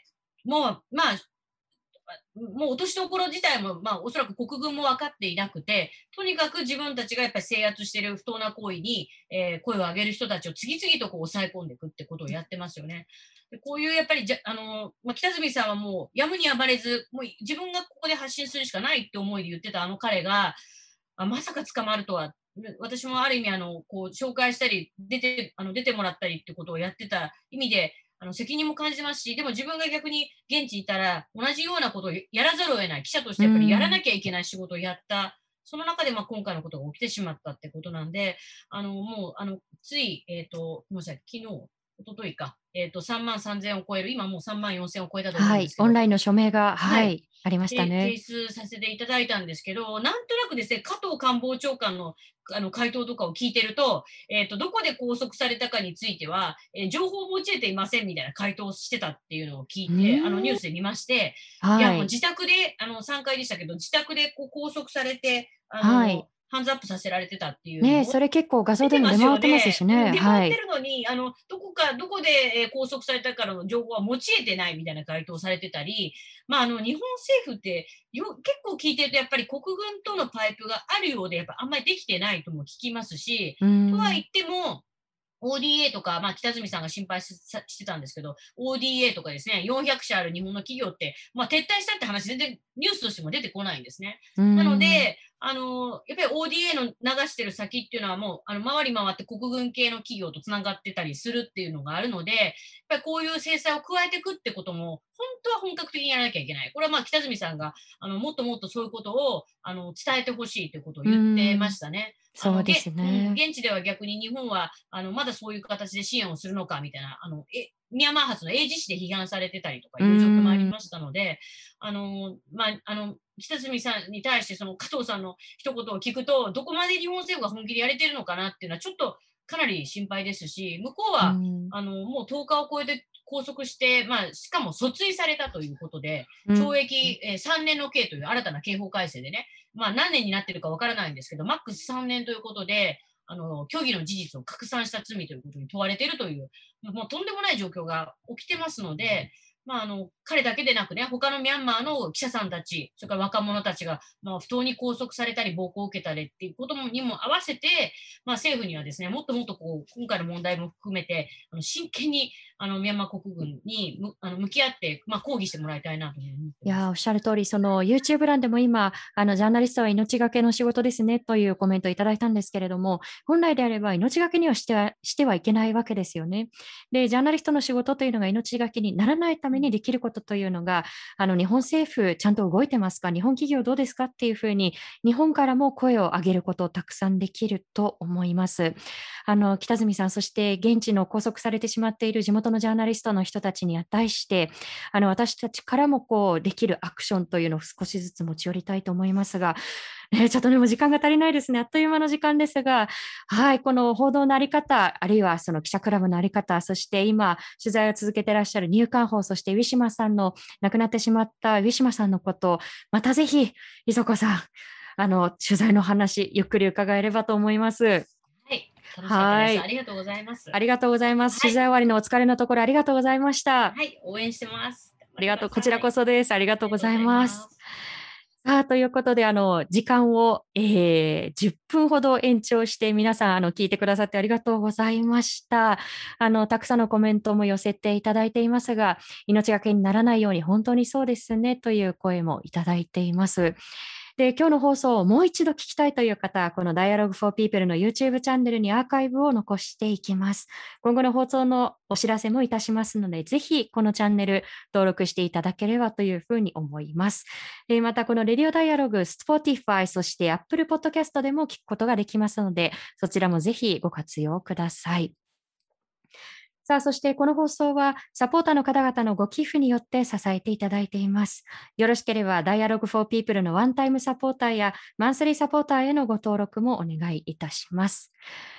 もう、まあ、もう落としどころ自体も、まあ、おそらく国軍も分かっていなくて、とにかく自分たちがやっぱり制圧している不当な行為に、えー、声を上げる人たちを次々とこう抑え込んでいくってことをやってますよね。でこういうやっぱりじゃ、あの、まあ、北住さんはもうやむにやまれず、もう自分がここで発信するしかないって思いで言ってたあの彼が、あまさか捕まるとは、私もある意味あの、こう紹介したり、出て、あの出てもらったりってことをやってた意味で、あの責任も感じますし、でも自分が逆に現地にいたら、同じようなことをやらざるを得ない、記者としてやっぱりやらなきゃいけない仕事をやった、その中でまあ今回のことが起きてしまったってことなんで、あのもうあのつい、えっ、ー、と、ごめんなさい、昨日、一昨日か、えっ、ー、と、さんまんさんぜんを超える、今もうさんまんよんせんを超えたと思うはい、 んですけど、 オンラインの署名が、 はい、 はい、ありましたね。 提出させていただいたんですけど、なんとなくですね、加藤官房長官のあの回答とかを聞いてると、えっ、ー、と、どこで拘束されたかについては、えー、情報を用いていませんみたいな回答をしてたっていうのを聞いて、あのニュースで見まして、いや、 はい。 もう自宅で、あのさんかいでしたけど、自宅でこう拘束されて、あの、 はい。 ハンズアップさせられてたっていうのね、 をそれ結構画像でも出出てます回ってますよね。うん、 しね。 出回ってはい。 るのに、あの、どこか、どこで、えー拘束されたからの情報は用いてないみたいな回答をされてたり、まあ、あの、日本政府ってよ、結構聞いてると、やっぱり国軍とのパイプがあるようで、やっぱあんまりできてないとも聞きますし、 うーん。 とは言っても、オーディーエー とか、まあ、北住さんが心配ししてたんですけど、オーディーエー とかですね、よんひゃくしゃある日本の企業って、まあ、撤退したって話、全然ニュースとしても出てこないんですね。 うーなのん。 で、あの、やっぱり オーディーエー の流してる先っていうのはもう、あの、回り回って国軍系の企業と繋がってたりするっていうのがあるので、やっぱりこういう制裁を加えていくってことも、本当は本格的にやらなきゃいけない。これはまあ、北住さんが、あの、もっともっとそういうことを、あの、伝えてほしいということをうー言ってまん。 したね。あの、げそうですうん、 ね。 現地では逆に日本は、あの、まだそういう形で支援をするのかみたいな、あの、え、ミャンマー発の英字紙で批判されてたりとかうーいう状況もありん。 ましたので、あの、まあ、あの、北住さんに対してその加藤さんの一言を聞くと、どこまで日本政府が本気でやれてるのかなっていうのはちょっとかなり心配ですし、向こううーは、 ん。 あの、もうとおかを超えて拘束して、まあ、しかも訴追されたということで、 うん。 懲役、えー、さんねんの刑という新たな刑法改正でね、まあ何年になってるかわからないんですけど、マックスさんねんということで、あの、虚偽の事実を拡散した罪ということに問われているという、もうとんでもない状況が起きてますので、まあ、あの、彼だけでなくね、他のミャンマーの記者さんたち、それから若者たちが、まあ、不当に拘束されたり、暴行を受けたりっていうことにも合わせて、まあ、政府にはですね、もっともっとこう、今回の問題も含めて、あの真剣に、あの、ミャンマー国軍にむあの向き合って、まあ、抗議してもらいたいなというふうに思っていや、おます。 っしゃる通り、その YouTube 欄でも今、あのジャーナリストは命がけの仕事ですねというコメントをいただいたんですけれども、本来であれば命がけにはしてはしてはいけないわけですよね。で、ジャーナリストの仕事というのが命がけにならないためにできることというのが、あの日本政府ちゃんと動いてますか、日本企業どうですかっていうふうに、日本からも声を上げることをたくさんできると思います。あの北住さん、そして現地の拘束されてしまっている地元のジャーナリストの人たちに対して、あの私たちからもこうできるアクションというのを少しずつ持ち寄りたいと思いますが、ね、ちょっとでも時間が足りないですね。あっという間の時間ですが、はい、この報道のあり方、あるいはその記者クラブのあり方、そして今取材を続けていらっしゃる入管法、そしてウィシュマさんの亡くなってしまったウィシュマさんのことを、またぜひ磯子さん、あの取材の話ゆっくり伺えればと思います。 はい、楽しかったです。あはい、 りがとうございます。 ありがとうございます。 はい、 取材終わりのお疲れのところありがとうございました。 はい、応援してます。頑張ってくありがとう。こちらださい。 こそです。ありがあとうございりがとうございます。 ます。 さあ、ということで、あの、時間を、えー、じゅっぷんほど延長して、皆さん、あの、聞いてくださってありがとうございました。あの、たくさんのコメントも寄せていただいていますが、命がけにならないように本当にそうですね、という声もいただいています。で、今日の放送をもう一度聞きたいという方は、この Dialogue for People の YouTube チャンネルにアーカイブを残していきます。今後の放送のお知らせもいたしますので、ぜひこのチャンネル登録していただければというふうに思います。また、この Radio Dialogue、Spotify、そして Apple Podcast でも聞くことができますので、そちらもぜひご活用ください。さあ、そしてこの放送はサポーターの方々のご寄付によって支えていただいています。よろしければ Dialogue for People のワンタイムサポーターやマンスリーサポーターへのご登録もお願いいたします。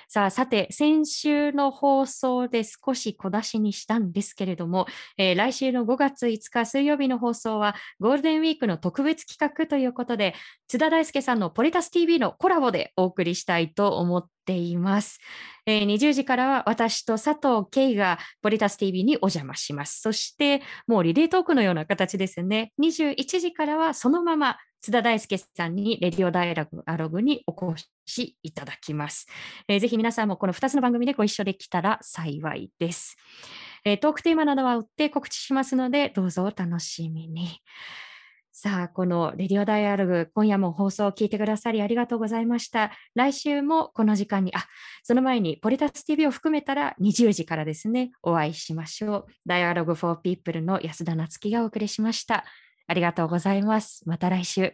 さあ、さて、先週の放送で少し小出しにしたんですけれども、えー、来週のごがついつか水曜日の放送はゴールデンウィークの特別企画ということで、津田大介さんのポリタス ティーブイ のコラボでお送りしたいと思っています。えー、にじゅうじからは私と佐藤圭がポリタス ティーブイ にお邪魔します。そしてもうリレートークのような形ですね。にじゅういちじからはそのまま津田大介さんにレディオダイアログにお越しいただきます。えー、ぜひ皆さんもこのふたつの番組でご一緒できたら幸いです。えー、トークテーマなどは追って告知しますので、どうぞお楽しみに。さあ、このレディオダイアログ、今夜も放送を聞いてくださりありがとうございました。来週もこの時間に、あ、その前にポリタス ティーブイ を含めたらにじゅうじからですね、お会いしましょう。Dialogue for People の安田なつきがお送りしました。ありがとうございます。また来週。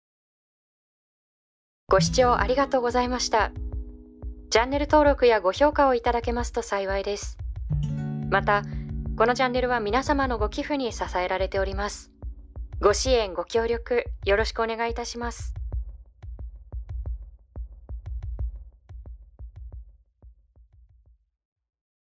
ご視聴ありがとうございました。チャンネル登録やご評価をいただけますと幸いです。また、このチャンネルは皆様のご寄付に支えられております。ご支援、ご協力、よろしくお願いいたします。